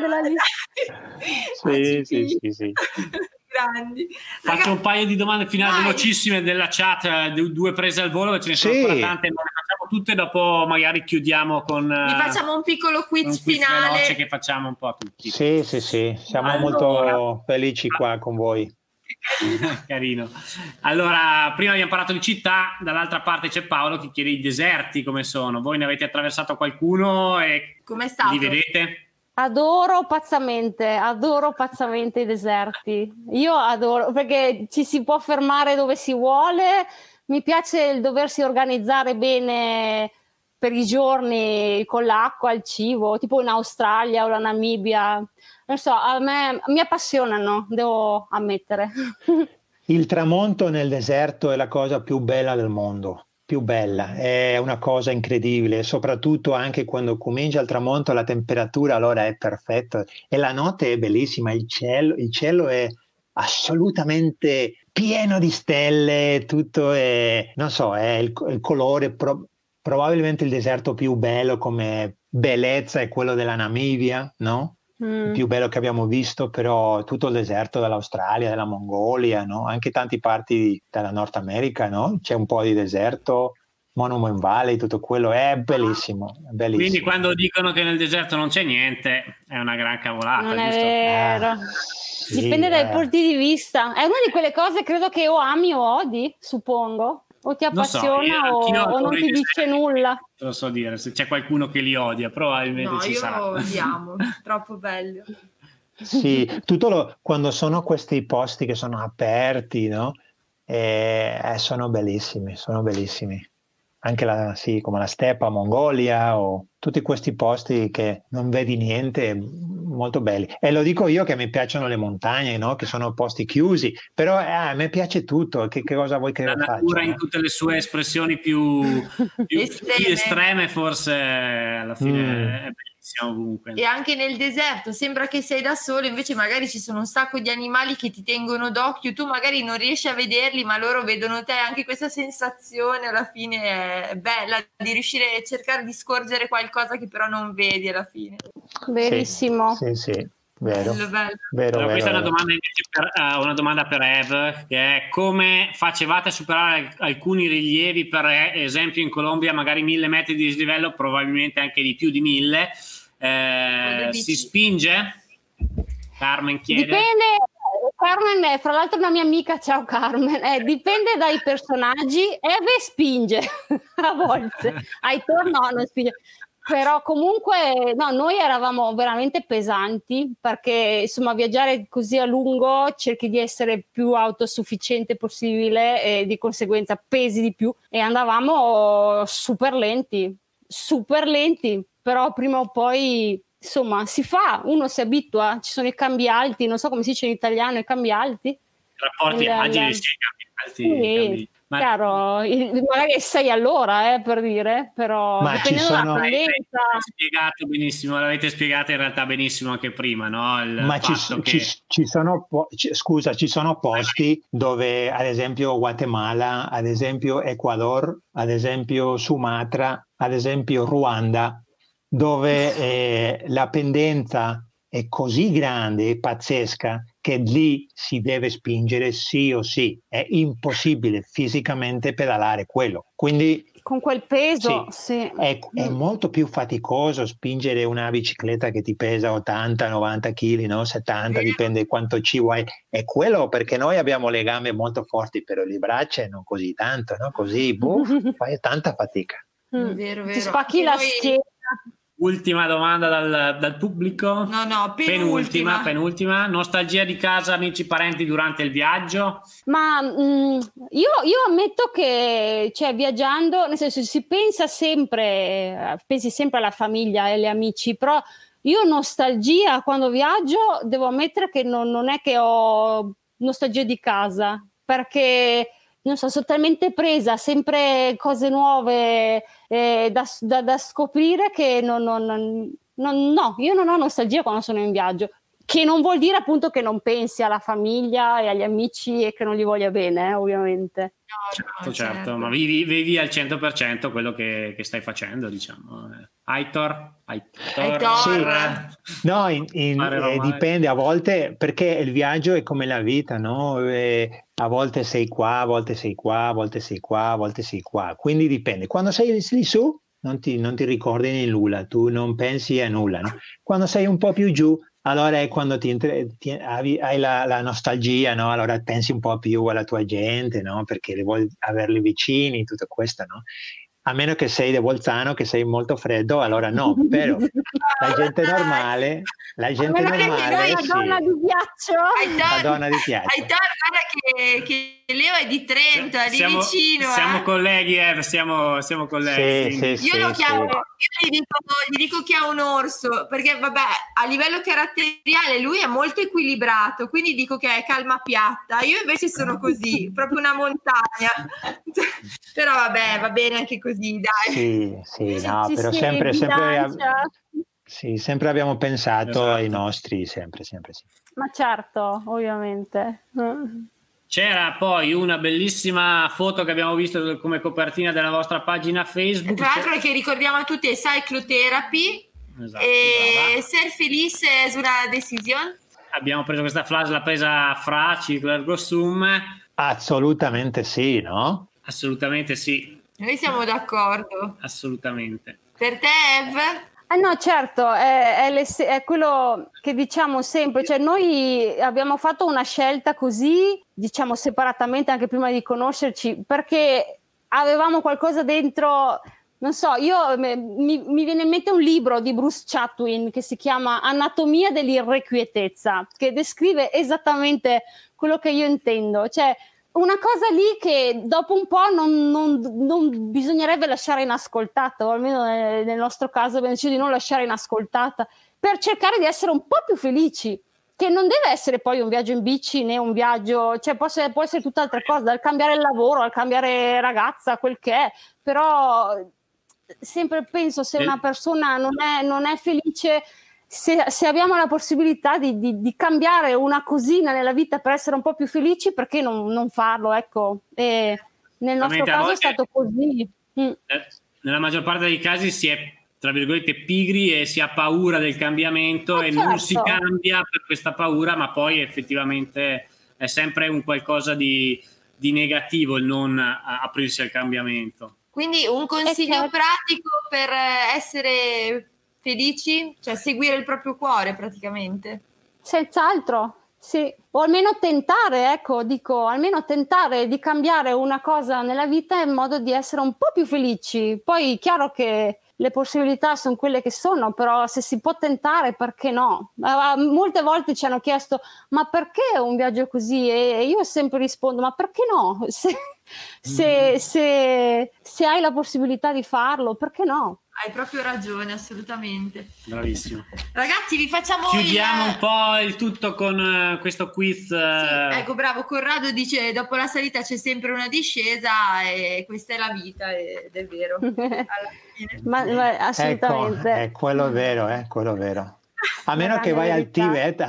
quello. Sì. Grandi. Faccio un paio di domande finali velocissime della chat, 2 prese al volo, ce ne sono ancora tante, non le facciamo tutte, dopo magari chiudiamo con... Vi facciamo un piccolo quiz finale. Veloce che facciamo un po' a tutti. Sì, siamo molto felici qua con voi. Carino. Allora, prima abbiamo parlato di città, dall'altra parte c'è Paolo che chiede i deserti come sono. Voi ne avete attraversato qualcuno e com'è stato? Li vedete? Adoro pazzamente i deserti. Io adoro perché ci si può fermare dove si vuole. Mi piace il doversi organizzare bene per i giorni con l'acqua, il cibo, tipo in Australia o la Namibia. Non so, a me mi appassionano, devo ammettere. Il tramonto nel deserto è la cosa più bella del mondo. Più bella, è una cosa incredibile, soprattutto anche quando comincia il tramonto, la temperatura allora è perfetta e la notte è bellissima, il cielo è assolutamente pieno di stelle, tutto è, non so, è il colore, probabilmente il deserto più bello come bellezza è quello della Namibia, no? Il più bello che abbiamo visto, però tutto il deserto dell'Australia, della Mongolia, no? Anche tante parti della Nord America, no? C'è un po' di deserto, Monument Valley, tutto quello è bellissimo, bellissimo. Quindi quando dicono che nel deserto non c'è niente è una gran cavolata, non giusto? È vero. Dipende dai punti di vista. È una di quelle cose credo che o ami o odi, suppongo. O ti appassiona o non ti dice nulla. Non lo so dire, se c'è qualcuno che li odia, probabilmente ci sarà. No, io odiamo, troppo bello. Sì, quando sono questi posti che sono aperti, no? Sono bellissimi, sono bellissimi. Anche sì, come la steppa, Mongolia o tutti questi posti che non vedi niente, molto belli. E lo dico io che mi piacciono le montagne, no? Che sono posti chiusi, però a me piace tutto. Che cosa vuoi che La io faccia? natura in No? tutte le sue espressioni più estreme, forse alla fine è bellissimo ovunque. E anche nel deserto sembra che sei da solo, invece magari ci sono un sacco di animali che ti tengono d'occhio, tu magari non riesci a vederli, ma loro vedono te. Anche questa sensazione alla fine è bella, di riuscire a cercare di scorgere qualcosa che però non vedi alla fine. Verissimo. Sì, vero. Bello. Allora, questa è una domanda per Eve, che è: come facevate a superare alcuni rilievi, per esempio in Colombia magari 1000 metri di dislivello, probabilmente anche di più di 1000, si spinge? Carmen chiede. Dipende. Carmen è fra l'altro una mia amica, ciao Carmen, dipende dai personaggi. Eve spinge a volte, Aitor no, non spinge. Però comunque no, noi eravamo veramente pesanti, perché insomma viaggiare così a lungo cerchi di essere più autosufficiente possibile e di conseguenza pesi di più, e andavamo super lenti, però prima o poi insomma si fa, uno si abitua, ci sono i cambialti, non so come si dice in italiano, i cambialti. Rapporti agili, sì, cambialti. Chiaro, magari 6 all'ora, per dire, però ma dipende dalla tendenza. L'avete spiegato in realtà benissimo anche prima, no? Ci sono posti dove, ad esempio Guatemala, ad esempio Ecuador, ad esempio Sumatra, ad esempio Ruanda, dove la pendenza è così grande e pazzesca che lì si deve spingere sì o sì, è impossibile fisicamente pedalare quello. Quindi con quel peso sì. È molto più faticoso spingere una bicicletta che ti pesa 80-90 kg, no? 70, dipende quanto ci vuoi. È quello, perché noi abbiamo le gambe molto forti, però le braccia non così tanto, no? Così fai tanta fatica. Vero. Ti spacchi la schiena. Ultima domanda dal pubblico. No, penultima. Nostalgia di casa, amici, parenti durante il viaggio? Ma io ammetto che, cioè, viaggiando, nel senso, pensi sempre alla famiglia e agli amici, però io nostalgia quando viaggio, devo ammettere che non è che ho nostalgia di casa, perché non so, sono talmente presa, sempre cose nuove da scoprire, che no, io non ho nostalgia quando sono in viaggio, che non vuol dire appunto che non pensi alla famiglia e agli amici e che non gli voglia bene, ovviamente. Certo, ma vivi al 100% quello che stai facendo, diciamo. Aitor? Sì. No, dipende a volte, perché il viaggio è come la vita, no? A volte sei qua, a volte sei qua, a volte sei qua, a volte sei qua, quindi dipende. Quando sei lì su non ti ricordi di nulla, tu non pensi a nulla, no? Quando sei un po' più giù, allora è quando hai la nostalgia, no? Allora pensi un po' più alla tua gente, no? Perché vuoi averli vicini, tutto questo, no? A meno che sei di Bolzano, che sei molto freddo, allora no, però la gente normale noi sì. Madonna di ghiaccio. Madonna di ghiaccio. Guarda che Leo è di Trento, è di vicino. Siamo colleghi, siamo colleghi. Sì, io lo chiamo, io gli dico che ha un orso, perché vabbè, a livello caratteriale lui è molto equilibrato, quindi dico che è calma piatta. Io invece sono così, proprio una montagna. Però vabbè, va bene anche così, dai. Sì, no, però sempre abbiamo pensato ai nostri, sempre sì. Ma certo, ovviamente. C'era poi una bellissima foto che abbiamo visto come copertina della vostra pagina Facebook. Tra l'altro, che ricordiamo a tutti, è Cyclotherapy. Esatto, e ser felice es una decisión. Abbiamo preso questa frase, l'ha presa Fra Ciclergosum. Assolutamente sì, no? Assolutamente sì. Noi siamo d'accordo. Assolutamente. Per te, Eve? No, certo, è quello che diciamo sempre, cioè noi abbiamo fatto una scelta così, diciamo separatamente anche prima di conoscerci, perché avevamo qualcosa dentro non so, mi viene in mente un libro di Bruce Chatwin che si chiama Anatomia dell'irrequietezza, che descrive esattamente quello che io intendo, cioè una cosa lì che dopo un po' non bisognerebbe lasciare inascoltata, o almeno nel nostro caso abbiamo deciso di non lasciare inascoltata, per cercare di essere un po' più felici, che non deve essere poi un viaggio in bici né un viaggio, cioè può essere tutt'altra cosa, dal cambiare il lavoro, al cambiare ragazza, quel che è, però sempre penso, se una persona non è felice, se abbiamo la possibilità di cambiare una cosina nella vita per essere un po' più felici, perché non farlo, ecco. E nel nostro caso è stato così. Nella maggior parte dei casi si è, tra virgolette, pigri e si ha paura del cambiamento, e non si cambia per questa paura, ma poi effettivamente è sempre un qualcosa di negativo il non aprirsi al cambiamento. Quindi un consiglio pratico per essere felici, cioè seguire il proprio cuore praticamente. Senz'altro, sì. O almeno tentare, ecco, dico, almeno tentare di cambiare una cosa nella vita in modo di essere un po' più felici. Poi chiaro che le possibilità sono quelle che sono, però se si può tentare, perché no? Molte volte ci hanno chiesto, ma perché un viaggio così? E io sempre rispondo, ma perché no? Se hai la possibilità di farlo, perché no? Hai proprio ragione, assolutamente. Bravissimo. Ragazzi, vi facciamo chiudiamo un po' il tutto con questo quiz. Sì, ecco, bravo. Corrado dice, dopo la salita c'è sempre una discesa e questa è la vita, ed è vero. Alla fine. ma assolutamente. Ecco, quello è vero, quello è vero. A meno che vai al Tibet,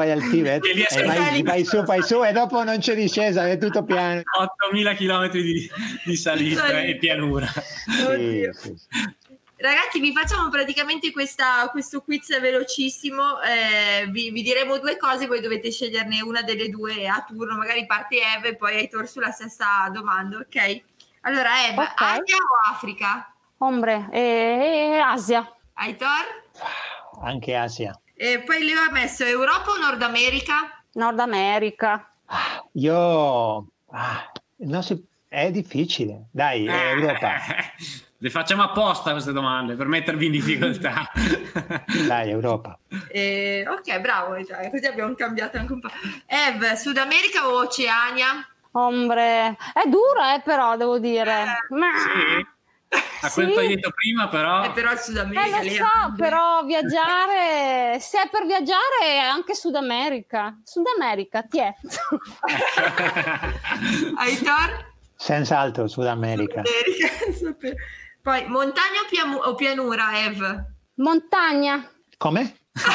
e vai su e dopo non c'è discesa, è tutto piano. 8.000 chilometri di salita e pianura. Sì. Ragazzi, vi facciamo praticamente questo quiz velocissimo, vi diremo due cose, voi dovete sceglierne una delle due a turno, magari parte Eve e poi Aitor sulla stessa domanda, ok? Allora Eve, okay. Asia o Africa? Ombre, Asia. Aitor? Anche Asia. E poi Leo ha messo Europa o Nord America? Nord America. È difficile, dai, Europa. Le facciamo apposta queste domande per mettervi in difficoltà. Dai, Europa. Ok, bravo, così abbiamo cambiato anche un po'. Ev, Sud America o Oceania? Ombre, è dura però, devo dire. Sì. A quanto hai detto prima, però. Però il Sud America. Lo so, però viaggiare, se è per viaggiare, anche Sud America. Sud America, ti è. Aitor? Senz'altro Sud America. Poi montagna o pianura, Ev? Montagna. Come?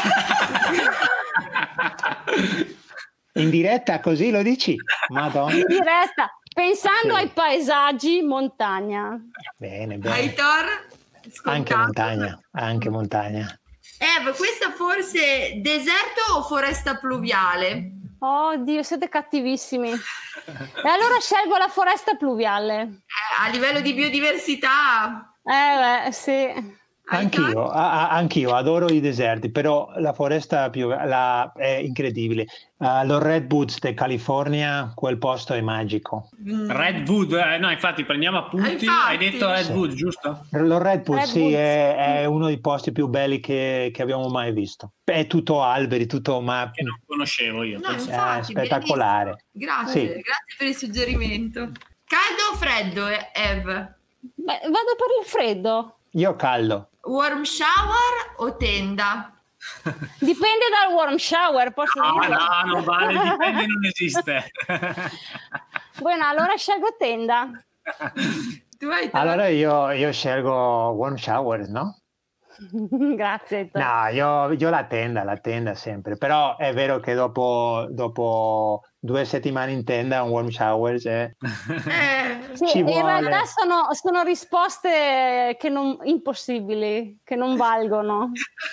In diretta così lo dici? Madonna. In diretta, pensando ai paesaggi, montagna. Bene. Aitor? Anche montagna. Ev, questa forse deserto o foresta pluviale? Oddio, siete cattivissimi. E allora scelgo la foresta pluviale. A livello di biodiversità? Sì. Anch'io adoro i deserti, però la foresta è incredibile. Lo Redwoods di California, quel posto è magico. Redwood, no, infatti prendiamo appunti. Hai detto Redwood, sì. Giusto? Lo Redwood, sì, è uno dei posti più belli che abbiamo mai visto. È tutto alberi, tutto che non conoscevo io. No, infatti, spettacolare. Grazie per il suggerimento. Caldo o freddo, Ev? Vado per il freddo. Io caldo. Warm shower o tenda? Dipende dal warm shower, posso dire? No, non vale, dipende, non esiste. Bueno, allora scelgo tenda. Tu hai allora io scelgo warm shower, no? Grazie. No, io la tenda sempre, però è vero che dopo 2 settimane in tenda un warm shower sì, in realtà sono risposte impossibili, che non valgono.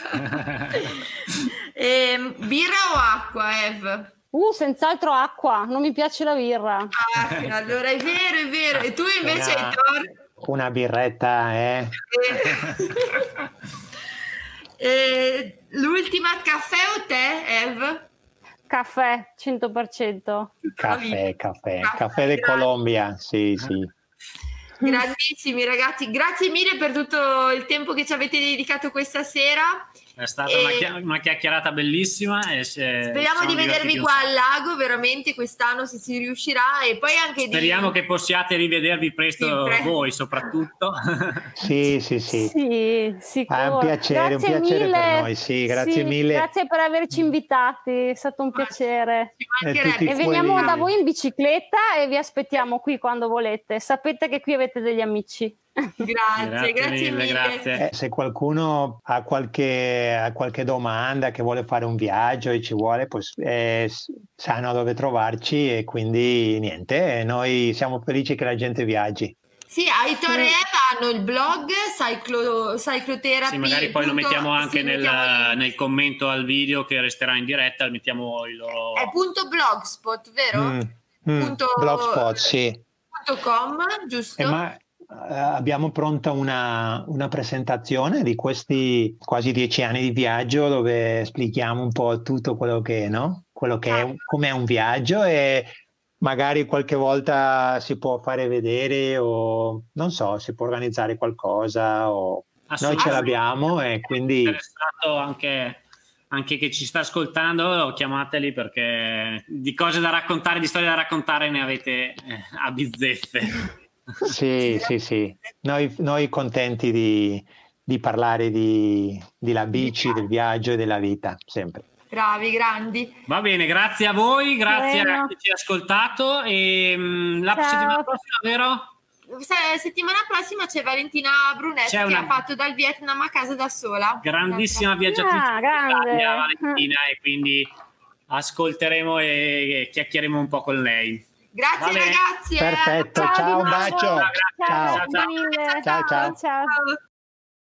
Birra o acqua, Ev? Senz'altro acqua, non mi piace la birra. Allora è vero. E tu invece, Aitor? Una birretta, L'ultima, caffè o tè, Ev? Caffè, 100%. Caffè di Colombia, sì. Grandissimi ragazzi, grazie mille per tutto il tempo che ci avete dedicato questa sera. È stata una chiacchierata bellissima e speriamo di vedervi qua al lago veramente quest'anno, se si riuscirà, e poi anche speriamo che possiate rivedervi presto, voi soprattutto. Sì, sicuro. È un piacere mille. Per noi, sì, grazie mille. Grazie per averci invitati, è stato un piacere. E veniamo da voi in bicicletta e vi aspettiamo qui quando volete. Sapete che qui avete degli amici. Grazie mille. Grazie. Se qualcuno ha qualche domanda, che vuole fare un viaggio e ci vuole, sanno dove trovarci, e quindi niente, noi siamo felici che la gente viaggi. Sì, Aitor e Eva hanno il blog Cyclotherapy. Sì, magari poi lo mettiamo anche nel commento al video che resterà in diretta, mettiamo il loro... È .blogspot, vero? Blogspot, sì. .com, giusto? Abbiamo pronta una presentazione di questi quasi 10 anni di viaggio, dove spieghiamo un po' tutto quello che è, no? Quello che è, com'è un viaggio, e magari qualche volta si può fare vedere, o non so, si può organizzare qualcosa, o noi ce l'abbiamo, e quindi... Interessato anche che ci sta ascoltando, chiamateli, perché di cose da raccontare, di storie da raccontare ne avete a bizzeffe. Sì. Noi contenti di parlare di la bici, del viaggio e della vita, sempre. Bravi, grandi. Va bene, grazie a voi, grazie a chi ci ha ascoltato, e la settimana prossima, vero? Settimana prossima c'è Valentina Brunetti, che ha fatto dal Vietnam a casa da sola. Grandissima viaggiatrice d'Italia, Valentina, e quindi ascolteremo e chiacchieremo un po' con lei. Grazie ragazzi. Perfetto, ciao, un bacio. Ciao.